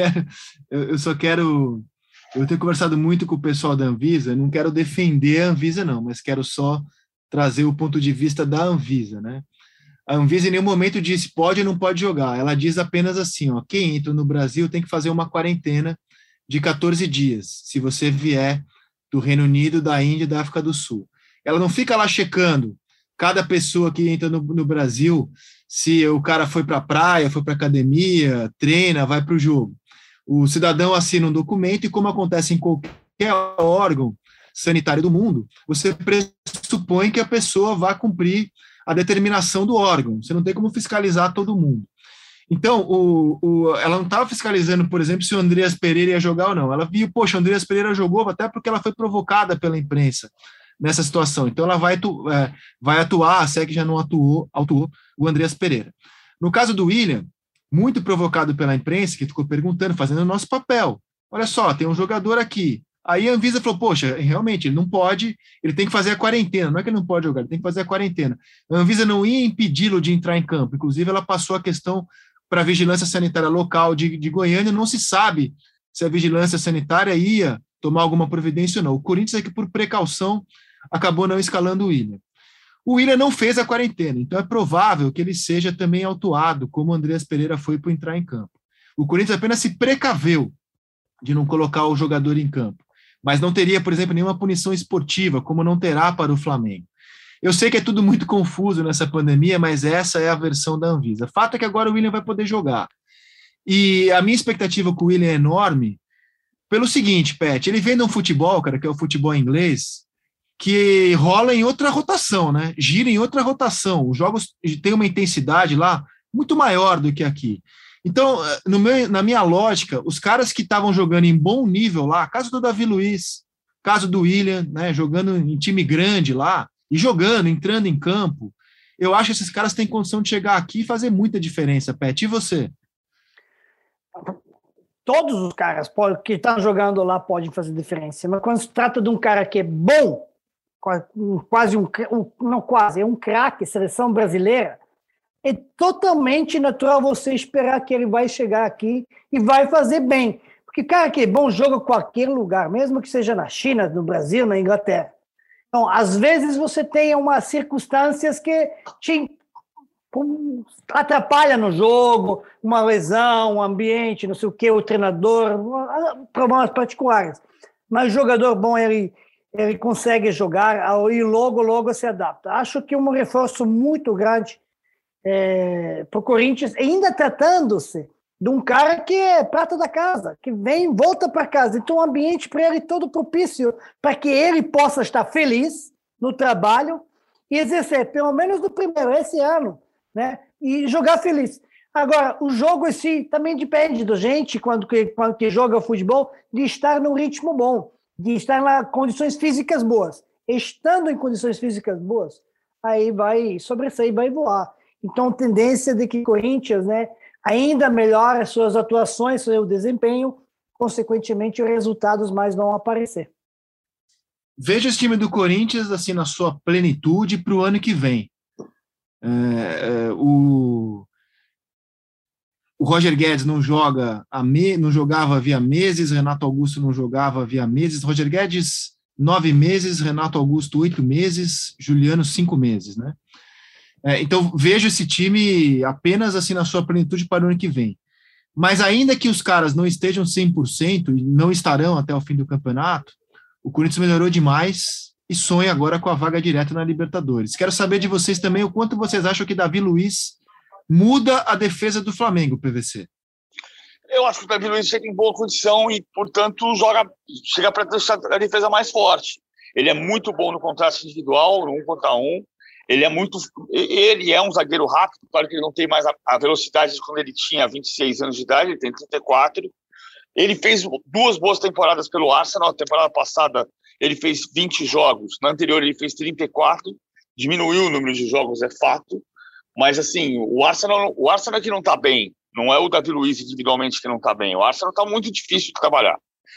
eu tenho conversado muito com o pessoal da Anvisa, não quero defender a Anvisa não, mas quero só trazer o ponto de vista da Anvisa, né? A Anvisa em nenhum momento disse pode ou não pode jogar, ela diz apenas assim, ó, quem entra no Brasil tem que fazer uma quarentena de 14 dias, se você vier do Reino Unido, da Índia e da África do Sul. Ela não fica lá checando cada pessoa que entra no Brasil, se o cara foi para a praia, foi para a academia, treina, vai para o jogo. O cidadão assina um documento e, como acontece em qualquer órgão sanitário do mundo, você pressupõe que a pessoa vai cumprir a determinação do órgão. Você não tem como fiscalizar todo mundo. Então, ela não estava fiscalizando, por exemplo, se o Andreas Pereira ia jogar ou não. Ela viu, poxa, o Andreas Pereira jogou até porque ela foi provocada pela imprensa nessa situação. Então, ela vai atuar, se é que já não atuou o Andreas Pereira. No caso do William, muito provocado pela imprensa, que ficou perguntando, fazendo o nosso papel. Olha só, tem um jogador aqui. Aí a Anvisa falou, poxa, realmente, ele não pode, ele tem que fazer a quarentena. Não é que ele não pode jogar, ele tem que fazer a quarentena. A Anvisa não ia impedi-lo de entrar em campo. Inclusive, ela passou a questão para a Vigilância Sanitária Local de Goiânia. Não se sabe se a Vigilância Sanitária ia tomar alguma providência ou não. O Corinthians é que, por precaução, acabou não escalando o William. O William não fez a quarentena, então é provável que ele seja também autuado, como o Andreas Pereira foi para entrar em campo. O Corinthians apenas se precaveu de não colocar o jogador em campo, mas não teria, por exemplo, nenhuma punição esportiva, como não terá para o Flamengo. Eu sei que é tudo muito confuso nessa pandemia, mas essa é a versão da Anvisa. Fato é que agora o William vai poder jogar. E a minha expectativa com o William é enorme, pelo seguinte, Pet, ele vem de um futebol, cara, que é o futebol inglês, que rola em outra rotação, né? Gira em outra rotação. Os jogos têm uma intensidade lá muito maior do que aqui. Então, na minha lógica, os caras que estavam jogando em bom nível lá, caso do Davi Luiz, caso do William, né, jogando em time grande lá, e jogando, entrando em campo, eu acho que esses caras têm condição de chegar aqui e fazer muita diferença, Pet. E você? Todos os caras que estão jogando lá podem fazer diferença, mas quando se trata de um cara que é bom, é um craque, seleção brasileira, é totalmente natural você esperar que ele vai chegar aqui e vai fazer bem. Porque cara que é bom joga em qualquer lugar, mesmo que seja na China, no Brasil, na Inglaterra. Então, às vezes você tem umas circunstâncias que te atrapalha no jogo, uma lesão, um ambiente, não sei o que, o treinador, problemas particulares. Mas o jogador bom, ele consegue jogar e logo se adapta. Acho que um reforço muito grande para o Corinthians, ainda tratando-se de um cara que é prata da casa, que volta para casa. Então, um ambiente para ele todo propício para que ele possa estar feliz no trabalho e exercer, pelo menos no primeiro, esse ano, né? E jogar feliz. Agora, o jogo em si também depende da gente, quando que joga futebol, de estar num ritmo bom. de estar em condições físicas boas. Estando em condições físicas boas, aí vai sobressair, vai voar. Então, a tendência de que o Corinthians, né, ainda melhora as suas atuações, seu desempenho, consequentemente, os resultados mais vão aparecer. Veja esse time do Corinthians assim na sua plenitude para o ano que vem. O Roger Guedes não jogava havia meses, Renato Augusto não jogava havia meses, Roger Guedes 9 meses, Renato Augusto 8 meses, Juliano 5 meses, né? Então veja esse time apenas assim na sua plenitude para o ano que vem. Mas ainda que os caras não estejam 100% e não estarão até o fim do campeonato, o Corinthians melhorou demais e sonha agora com a vaga direta na Libertadores. Quero saber de vocês também o quanto vocês acham que Davi Luiz muda a defesa do Flamengo, PVC. Eu acho que o Davi Luiz chega em boa condição e, portanto, chega para deixar a defesa mais forte. Ele é muito bom no contraste individual, no 1 contra 1. Ele é um zagueiro rápido, claro que ele não tem mais a velocidade de quando ele tinha 26 anos de idade, ele tem 34. Ele fez 2 boas temporadas pelo Arsenal. Na temporada passada ele fez 20 jogos, na anterior ele fez 34, diminuiu o número de jogos, é fato, mas assim, o Arsenal que não está bem, não é o Davi Luiz individualmente que não está bem, o Arsenal está muito difícil de trabalhar.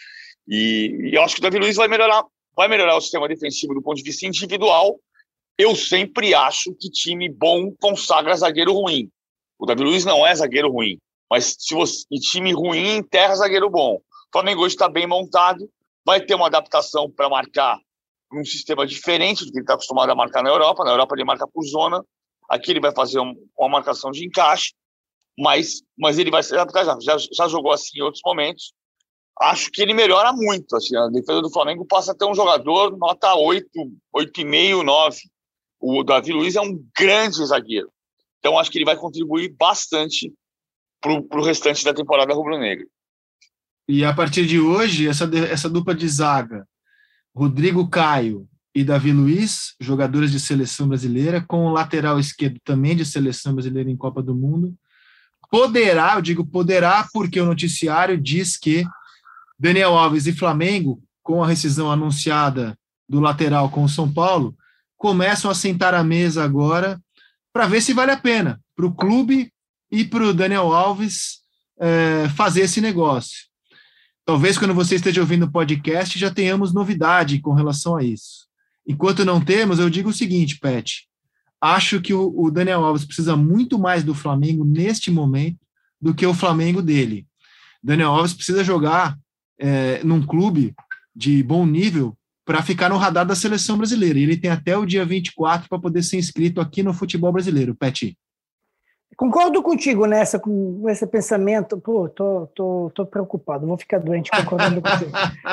E eu acho que o Davi Luiz vai melhorar o sistema defensivo do ponto de vista individual. Eu sempre acho que time bom consagra zagueiro ruim. O Davi Luiz não é zagueiro ruim, mas e time ruim enterra zagueiro bom. O Flamengo hoje está bem montado, vai ter uma adaptação para marcar um sistema diferente do que ele está acostumado a marcar na Europa. Na Europa ele marca por zona, aqui ele vai fazer uma marcação de encaixe, mas ele vai se adaptar, já jogou assim em outros momentos. Acho que ele melhora muito. Assim, a defesa do Flamengo passa a ter um jogador nota 8, 8,5, 9. O Davi Luiz é um grande zagueiro. Então acho que ele vai contribuir bastante para o restante da temporada rubro-negra. E a partir de hoje, essa dupla de zaga, Rodrigo Caio e Davi Luiz, jogadores de seleção brasileira, com o lateral esquerdo também de seleção brasileira em Copa do Mundo, poderá, eu digo poderá, porque o noticiário diz que Daniel Alves e Flamengo, com a rescisão anunciada do lateral com o São Paulo, começam a sentar à mesa agora para ver se vale a pena para o clube e para o Daniel Alves fazer esse negócio. Talvez quando você esteja ouvindo o podcast já tenhamos novidade com relação a isso. Enquanto não temos, eu digo o seguinte, Pet, acho que o Daniel Alves precisa muito mais do Flamengo neste momento do que o Flamengo dele. Daniel Alves precisa jogar num clube de bom nível para ficar no radar da seleção brasileira. Ele tem até o dia 24 para poder ser inscrito aqui no futebol brasileiro. Pet. Concordo contigo com esse pensamento. Pô, tô preocupado, vou ficar doente concordando contigo.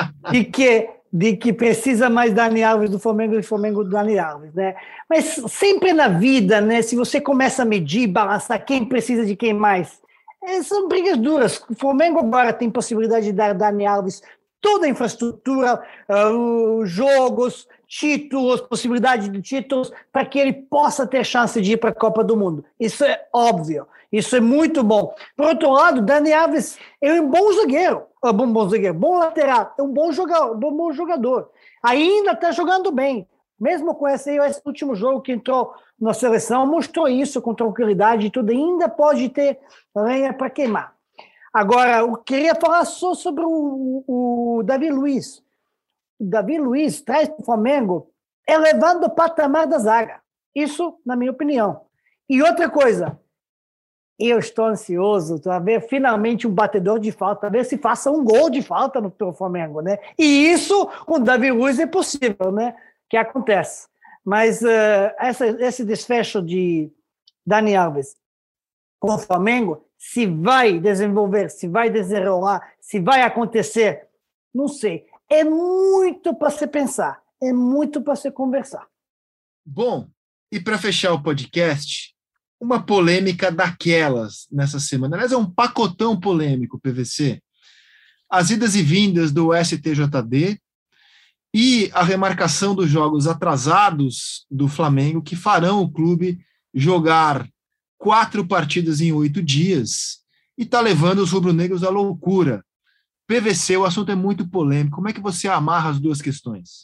De que precisa mais Dani Alves do Flamengo e Flamengo do Dani Alves, né? Mas sempre na vida, né? Se você começa a medir, balançar quem precisa de quem mais, são brigas duras. O Flamengo agora tem possibilidade de dar Dani Alves toda a infraestrutura, jogos, títulos, possibilidade de títulos, para que ele possa ter chance de ir para a Copa do Mundo. Isso é óbvio, isso é muito bom. Por outro lado, Dani Alves é um bom zagueiro, bom lateral, é um bom jogador. Ainda está jogando bem, mesmo com esse último jogo que entrou na seleção, mostrou isso com tranquilidade e tudo, ainda pode ter lenha para queimar. Agora, eu queria falar só sobre o Davi Luiz. O Davi Luiz traz para o Flamengo elevando o patamar da zaga. Isso, na minha opinião. E outra coisa, eu estou ansioso para ver finalmente um batedor de falta, ver se faça um gol de falta no Flamengo, né? E isso com o Davi Luiz é possível, né? Que acontece. Mas esse desfecho de Dani Alves com o Flamengo, se vai desenvolver, se vai desenrolar, se vai acontecer, não sei. É muito para se pensar, é muito para se conversar. Bom, e para fechar o podcast, uma polêmica daquelas nessa semana. Aliás, é um pacotão polêmico, PVC. As idas e vindas do STJD e a remarcação dos jogos atrasados do Flamengo, que farão o clube jogar 4 partidas em 8 dias e está levando os rubro-negros à loucura. PVC, o assunto é muito polêmico. Como é que você amarra as duas questões?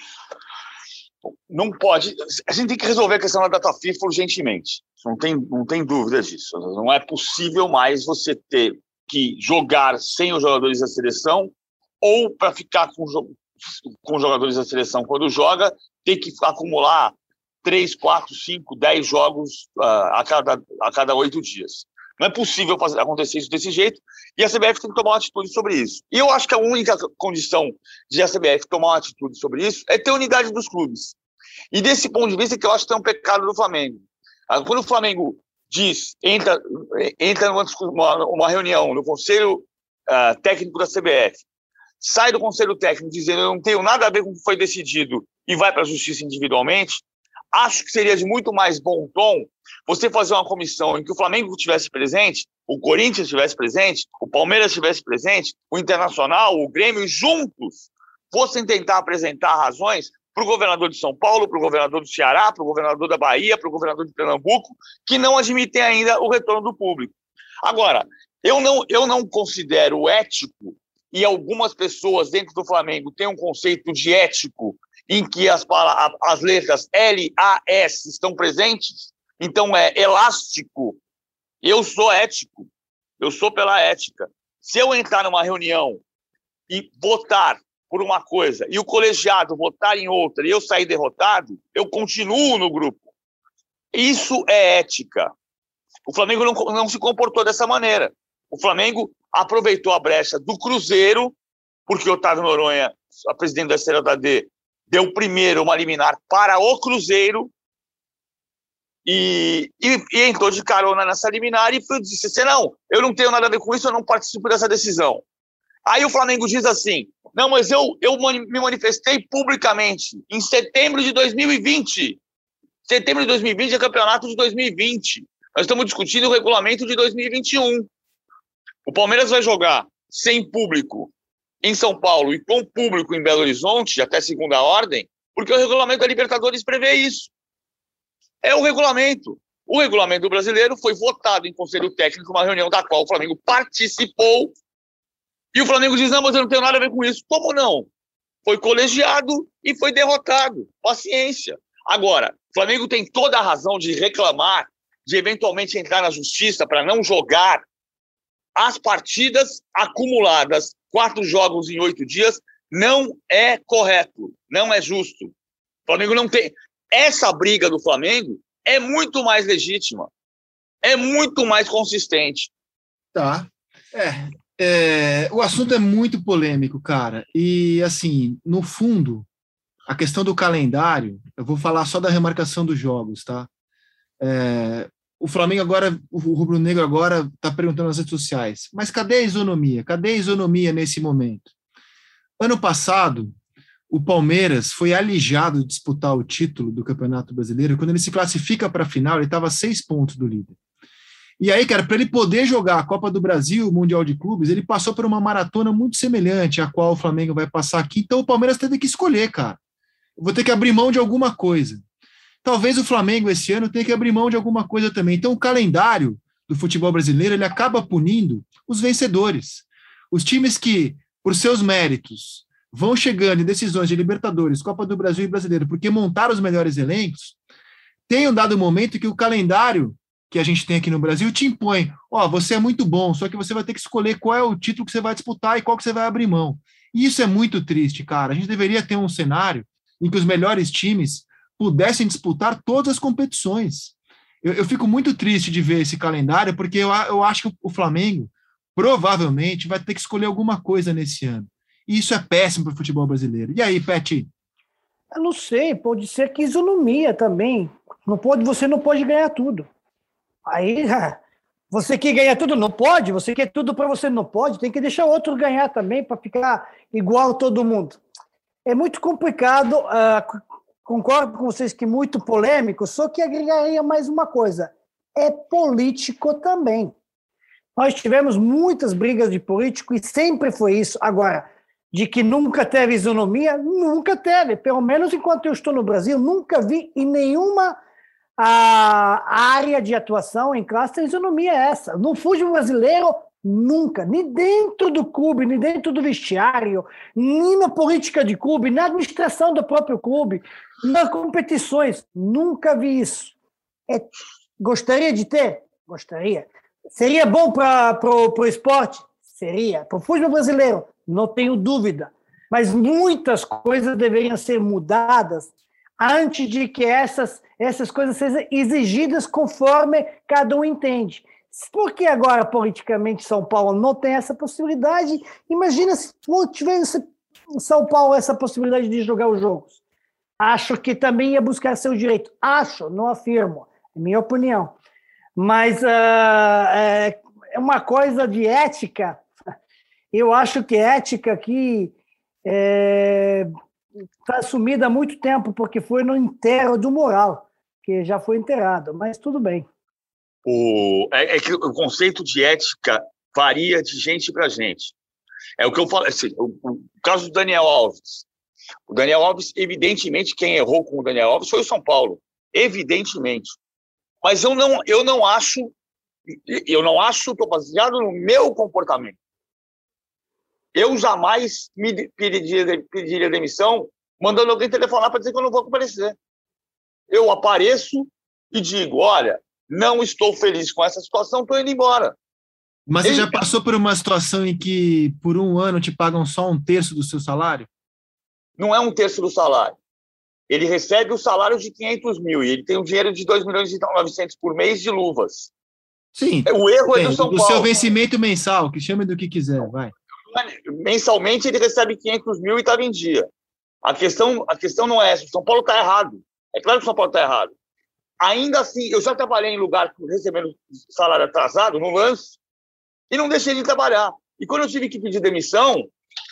Não pode. A gente tem que resolver a questão da data FIFA urgentemente. Não tem dúvida disso. Não é possível mais você ter que jogar sem os jogadores da seleção ou para ficar com os jogadores da seleção quando joga, tem que acumular 3, 4, 5, 10 jogos a cada 8 dias. Não é possível acontecer isso desse jeito, e a CBF tem que tomar uma atitude sobre isso. E eu acho que a única condição de a CBF tomar uma atitude sobre isso é ter unidade dos clubes. E desse ponto de vista que eu acho que é um pecado do Flamengo. Quando o Flamengo entra numa reunião no Conselho Técnico da CBF, sai do Conselho Técnico dizendo eu não tenho nada a ver com o que foi decidido e vai para a Justiça individualmente, acho que seria de muito mais bom tom você fazer uma comissão em que o Flamengo estivesse presente, o Corinthians estivesse presente, o Palmeiras estivesse presente, o Internacional, o Grêmio, juntos, fossem tentar apresentar razões para o governador de São Paulo, para o governador do Ceará, para o governador da Bahia, para o governador de Pernambuco, que não admitem ainda o retorno do público. Agora, eu não considero ético, e algumas pessoas dentro do Flamengo têm um conceito de ético em que as letras LAS estão presentes, então é elástico. Eu sou ético, eu sou pela ética. Se eu entrar numa reunião e votar por uma coisa e o colegiado votar em outra e eu sair derrotado, eu continuo no grupo. Isso é ética. O Flamengo não se comportou dessa maneira. O Flamengo aproveitou a brecha do Cruzeiro, porque o Otávio Noronha, a presidente da STJD, deu primeiro uma liminar para o Cruzeiro e entrou de carona nessa liminar e disse assim, não, eu não tenho nada a ver com isso, eu não participo dessa decisão. Aí o Flamengo diz assim, não, mas eu me manifestei publicamente em setembro de 2020. Setembro de 2020 é campeonato de 2020. Nós estamos discutindo o regulamento de 2021. O Palmeiras vai jogar sem público em São Paulo e com público em Belo Horizonte, até segunda ordem, porque o regulamento da Libertadores prevê isso. É o regulamento. O regulamento brasileiro foi votado em Conselho Técnico, uma reunião da qual o Flamengo participou, e o Flamengo diz, não, mas eu não tenho nada a ver com isso. Como não? Foi colegiado e foi derrotado. Paciência. Agora, o Flamengo tem toda a razão de reclamar, de eventualmente entrar na justiça para não jogar as partidas acumuladas, 4 jogos em 8 dias, não é correto, não é justo. O Flamengo não tem... Essa briga do Flamengo é muito mais legítima, é muito mais consistente. Tá. O assunto é muito polêmico, cara. E, assim, no fundo, a questão do calendário, eu vou falar só da remarcação dos jogos, tá? O Flamengo agora, o rubro-negro agora está perguntando nas redes sociais, mas cadê a isonomia? Cadê a isonomia nesse momento? Ano passado, o Palmeiras foi alijado de disputar o título do Campeonato Brasileiro. Quando ele se classifica para a final, ele estava a 6 pontos do líder. E aí, cara, para ele poder jogar a Copa do Brasil, o Mundial de Clubes, ele passou por uma maratona muito semelhante à qual o Flamengo vai passar aqui. Então o Palmeiras teve que escolher, cara. Eu vou ter que abrir mão de alguma coisa. Talvez o Flamengo esse ano tenha que abrir mão de alguma coisa também. Então o calendário do futebol brasileiro ele acaba punindo os vencedores. Os times que, por seus méritos, vão chegando em decisões de Libertadores, Copa do Brasil e Brasileiro, porque montaram os melhores elencos, tem um dado momento que o calendário que a gente tem aqui no Brasil te impõe, você é muito bom, só que você vai ter que escolher qual é o título que você vai disputar e qual que você vai abrir mão. E isso é muito triste, cara. A gente deveria ter um cenário em que os melhores times pudessem disputar todas as competições. Eu fico muito triste de ver esse calendário, porque eu acho que o Flamengo provavelmente vai ter que escolher alguma coisa nesse ano. E isso é péssimo para o futebol brasileiro. E aí, Pet? Eu não sei, pode ser que isonomia também. Você não pode ganhar tudo. Aí, você quer ganhar tudo, não pode. Você quer tudo para você, não pode. Tem que deixar outro ganhar também para ficar igual a todo mundo. É muito complicado. Concordo com vocês que é muito polêmico, só que agregaria mais uma coisa. É político também. Nós tivemos muitas brigas de político e sempre foi isso. Agora, de que nunca teve isonomia, nunca teve. Pelo menos enquanto eu estou no Brasil, nunca vi em nenhuma área de atuação em classe a isonomia essa. No futebol brasileiro, Nunca, nem dentro do clube, nem dentro do vestiário, nem na política de clube, na administração do próprio clube, nas competições. Nunca vi isso. Gostaria de ter? Gostaria. Seria bom para o esporte? Seria. Para o futebol brasileiro? Não tenho dúvida. Mas muitas coisas deveriam ser mudadas antes de que essas coisas sejam exigidas conforme cada um entende. Porque agora, politicamente, São Paulo não tem essa possibilidade. Imagina se tivesse em São Paulo essa possibilidade de jogar os jogos. Acho que também ia buscar seu direito. Acho, não afirmo. É minha opinião. Mas é uma coisa de ética. Eu acho que ética aqui está assumida há muito tempo, porque foi no enterro do moral, que já foi enterrado. Mas tudo bem. É que o conceito de ética varia de gente para gente. É o que eu falo, assim, o caso do Daniel Alves. O Daniel Alves, evidentemente, quem errou com o Daniel Alves foi o São Paulo. Evidentemente. Mas eu não acho, estou baseado no meu comportamento. Eu jamais me pediria demissão mandando alguém telefonar para dizer que eu não vou comparecer. Eu apareço e digo, olha, não estou feliz com essa situação, estou indo embora. Mas você já passou por uma situação em que, por um ano, te pagam só 1/3 do seu salário? Não é 1/3 do salário. Ele recebe o salário de 500 mil e ele tem o dinheiro de 2.900.000 por mês de luvas. Sim. O erro é do São Paulo. O seu vencimento mensal, que chame do que quiser, vai. Mensalmente ele recebe 500 mil e estava em dia. A questão não é essa. O São Paulo está errado. É claro que o São Paulo está errado. Ainda assim, eu já trabalhei em lugar recebendo salário atrasado, no lance, e não deixei de trabalhar. E quando eu tive que pedir demissão,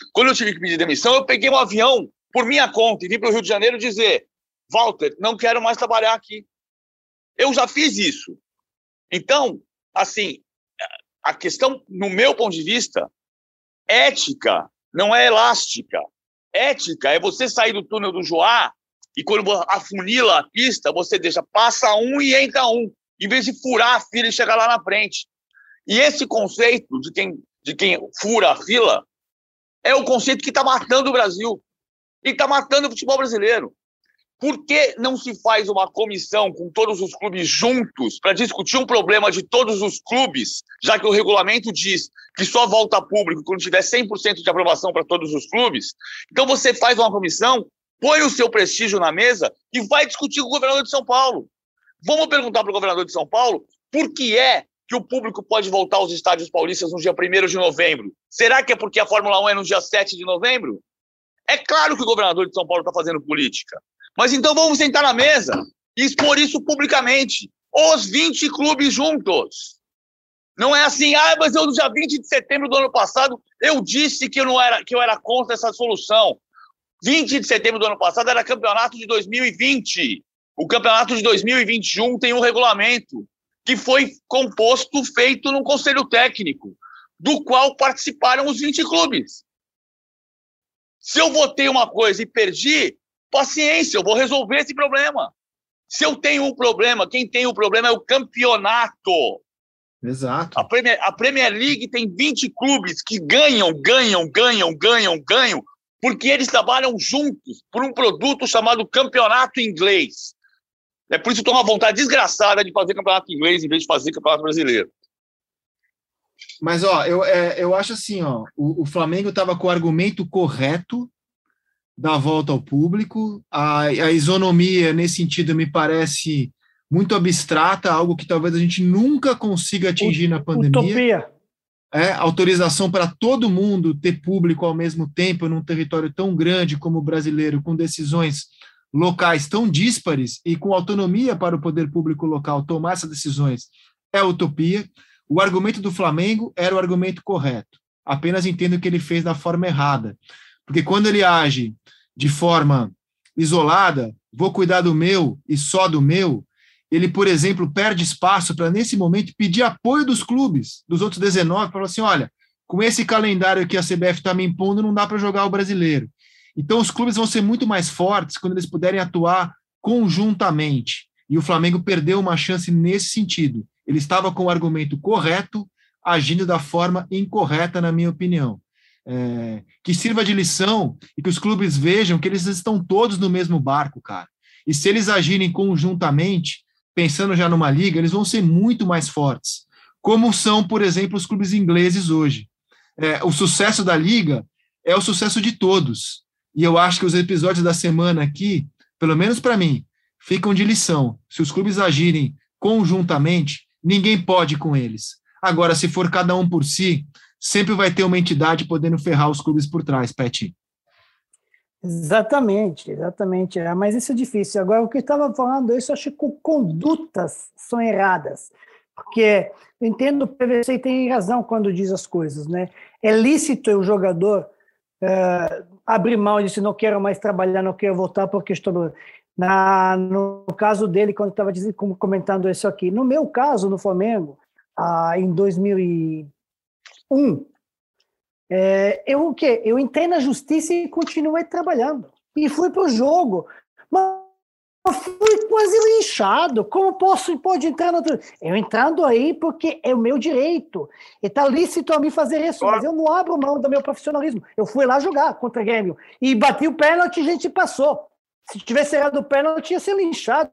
eu peguei um avião por minha conta e vim para o Rio de Janeiro dizer, Walter, não quero mais trabalhar aqui. Eu já fiz isso. Então, assim, a questão, no meu ponto de vista, ética não é elástica. Ética é você sair do túnel do Joá e quando afunila a pista, você deixa, passa um e entra um, em vez de furar a fila e chegar lá na frente. E esse conceito de quem fura a fila é o conceito que está matando o Brasil e está matando o futebol brasileiro. Por que não se faz uma comissão com todos os clubes juntos para discutir um problema de todos os clubes, já que o regulamento diz que só volta a público quando tiver 100% de aprovação para todos os clubes? Então você faz uma comissão, põe o seu prestígio na mesa e vai discutir com o governador de São Paulo. Vamos perguntar para o governador de São Paulo por que é que o público pode voltar aos estádios paulistas no dia 1º de novembro. Será que é porque a Fórmula 1 é no dia 7 de novembro? É claro que o governador de São Paulo está fazendo política. Mas então vamos sentar na mesa e expor isso publicamente. Os 20 clubes juntos. Não é assim, mas eu no dia 20 de setembro do ano passado, eu disse que eu era contra essa solução. 20 de setembro do ano passado era campeonato de 2020. O campeonato de 2021 tem um regulamento que foi feito num conselho técnico, do qual participaram os 20 clubes. Se eu votei uma coisa e perdi, paciência, eu vou resolver esse problema. Se eu tenho um problema, quem tem o problema é o campeonato. Exato. A Premier League tem 20 clubes que ganham, porque eles trabalham juntos por um produto chamado campeonato inglês. É por isso que eu tenho uma vontade desgraçada de fazer campeonato inglês em vez de fazer campeonato brasileiro. Mas, eu acho assim, o Flamengo estava com o argumento correto da volta ao público, a isonomia, nesse sentido, me parece muito abstrata, algo que talvez a gente nunca consiga atingir na pandemia. Utopia. Autorização para todo mundo ter público ao mesmo tempo num território tão grande como o brasileiro, com decisões locais tão díspares e com autonomia para o poder público local tomar essas decisões, é utopia. O argumento do Flamengo era o argumento correto. Apenas entendo que ele fez da forma errada. Porque quando ele age de forma isolada, vou cuidar do meu e só do meu, ele, por exemplo, perde espaço para, nesse momento, pedir apoio dos clubes, dos outros 19, para falar assim, olha, com esse calendário que a CBF está me impondo, não dá para jogar o brasileiro. Então, os clubes vão ser muito mais fortes quando eles puderem atuar conjuntamente. E o Flamengo perdeu uma chance nesse sentido. Ele estava com o argumento correto, agindo da forma incorreta, na minha opinião. Que sirva de lição e que os clubes vejam que eles estão todos no mesmo barco, cara. E se eles agirem conjuntamente, pensando já numa liga, eles vão ser muito mais fortes, como são, por exemplo, os clubes ingleses hoje. O sucesso da liga é o sucesso de todos. E eu acho que os episódios da semana aqui, pelo menos para mim, ficam de lição. Se os clubes agirem conjuntamente, ninguém pode com eles. Agora, se for cada um por si, sempre vai ter uma entidade podendo ferrar os clubes por trás, Pet. Exatamente. Mas isso é difícil. Agora, o que eu estava falando, isso eu acho que condutas são erradas. Porque eu entendo o PVC e tem razão quando diz as coisas, né? É lícito o jogador abrir mão e dizer, não quero mais trabalhar, não quero voltar porque estou... No caso dele, quando estava comentando isso aqui, no meu caso, no Flamengo, em 2001, eu entrei na justiça e continuei trabalhando. E fui para o jogo. Mas eu fui quase linchado. Como pode entrar no... Eu entrando aí porque é o meu direito. E está lícito a mim fazer isso, mas eu não abro mão do meu profissionalismo. Eu fui lá jogar contra o Grêmio. E bati o pênalti e a gente passou. Se tivesse errado o pênalti, ia ser linchado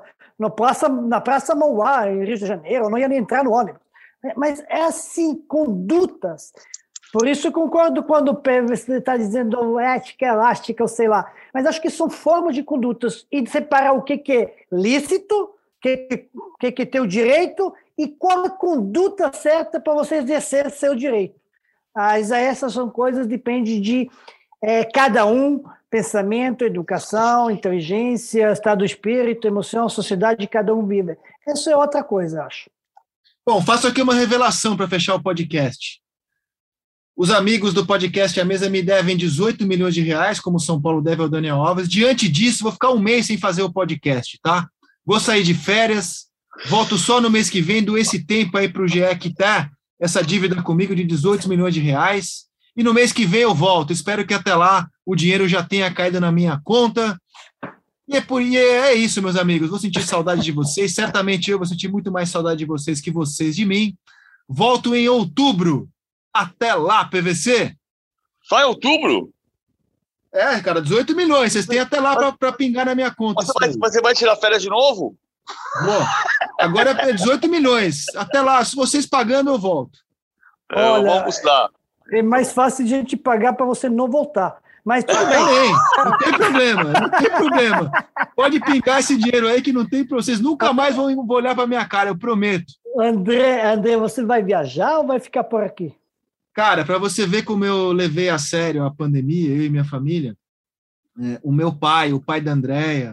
na Praça Mauá, em Rio de Janeiro. Eu não ia nem entrar no ônibus. Mas é assim, condutas. Por isso eu concordo quando o PVC está dizendo ética, elástica, eu sei lá. Mas acho que são formas de condutas e de separar o que é lícito, o que tem o direito e qual a conduta certa para você exercer seu direito. Mas essas são coisas que dependem de cada um, pensamento, educação, inteligência, estado do espírito, emoção, sociedade que cada um vive. Isso é outra coisa, acho. Bom, faço aqui uma revelação para fechar o podcast. Os amigos do podcast A Mesa me devem 18 milhões de reais, como o São Paulo deve ao Daniel Alves. Diante disso, vou ficar um mês sem fazer o podcast, tá? Vou sair de férias, volto só no mês que vem, dou esse tempo aí para o GE quitar essa dívida comigo de 18 milhões de reais. E no mês que vem eu volto. Espero que até lá o dinheiro já tenha caído na minha conta. E é isso, meus amigos. Vou sentir saudade de vocês. Certamente eu vou sentir muito mais saudade de vocês que vocês de mim. Volto em outubro. Até lá, PVC. Só em outubro? Cara, 18 milhões. Vocês têm até lá para pingar na minha conta. Você vai tirar férias de novo? Bom, agora é 18 milhões. Até lá, se vocês pagando, eu volto. Olha, vamos lá. É mais fácil de a gente pagar para você não voltar. Mas tudo bem. Não tem problema. Pode pingar esse dinheiro aí que não tem para vocês. Nunca mais vão olhar para minha cara, eu prometo. André, você vai viajar ou vai ficar por aqui? Cara, para você ver como eu levei a sério a pandemia, eu e minha família, o meu pai, o pai da Andréia,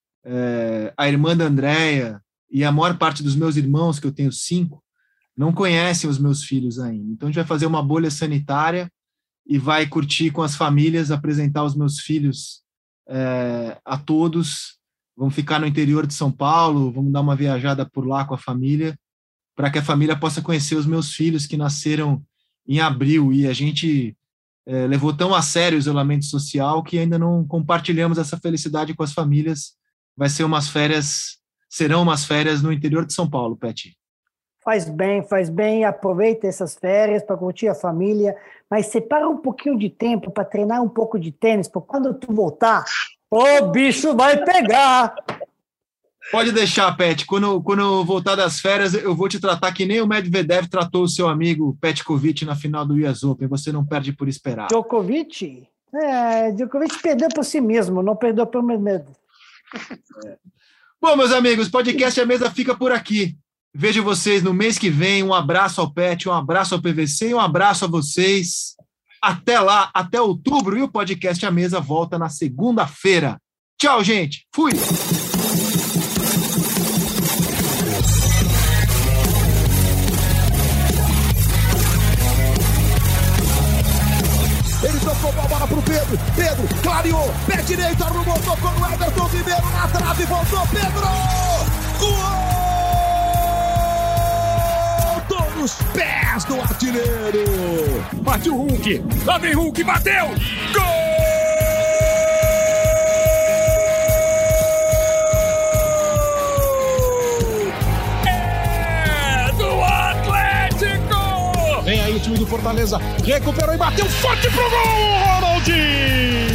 a irmã da Andréia e a maior parte dos meus irmãos, que eu tenho 5, não conhecem os meus filhos ainda. Então, a gente vai fazer uma bolha sanitária e vai curtir com as famílias, apresentar os meus filhos a todos. Vamos ficar no interior de São Paulo, vamos dar uma viajada por lá com a família, para que a família possa conhecer os meus filhos que nasceram em abril, e a gente levou tão a sério o isolamento social que ainda não compartilhamos essa felicidade com as famílias. Serão umas férias no interior de São Paulo, Pet. Faz bem, aproveita essas férias para curtir a família, mas separa um pouquinho de tempo para treinar um pouco de tênis, porque quando tu voltar, o bicho vai pegar. Pode deixar, Pet. Quando eu voltar das férias, eu vou te tratar que nem o Medvedev tratou o seu amigo Petkovic na final do US Open. Você não perde por esperar. Djokovic perdeu por si mesmo, não perdeu pelo Medvedev. Bom, meus amigos, o podcast A Mesa fica por aqui. Vejo vocês no mês que vem. Um abraço ao Pet, um abraço ao PVC e um abraço a vocês. Até lá, até outubro. E o podcast A Mesa volta na segunda-feira. Tchau, gente. Fui! Ele tocou a bola pro Pedro. Pedro clareou. Pé direito, arrumou, tocou no Everton Ribeiro na trave. Voltou Pedro. Gol! Tô nos pés do artilheiro. Partiu Hulk. Lá vem Hulk, bateu. Gol! É do Atlético! Fortaleza recuperou e bateu forte pro gol, Ronaldinho!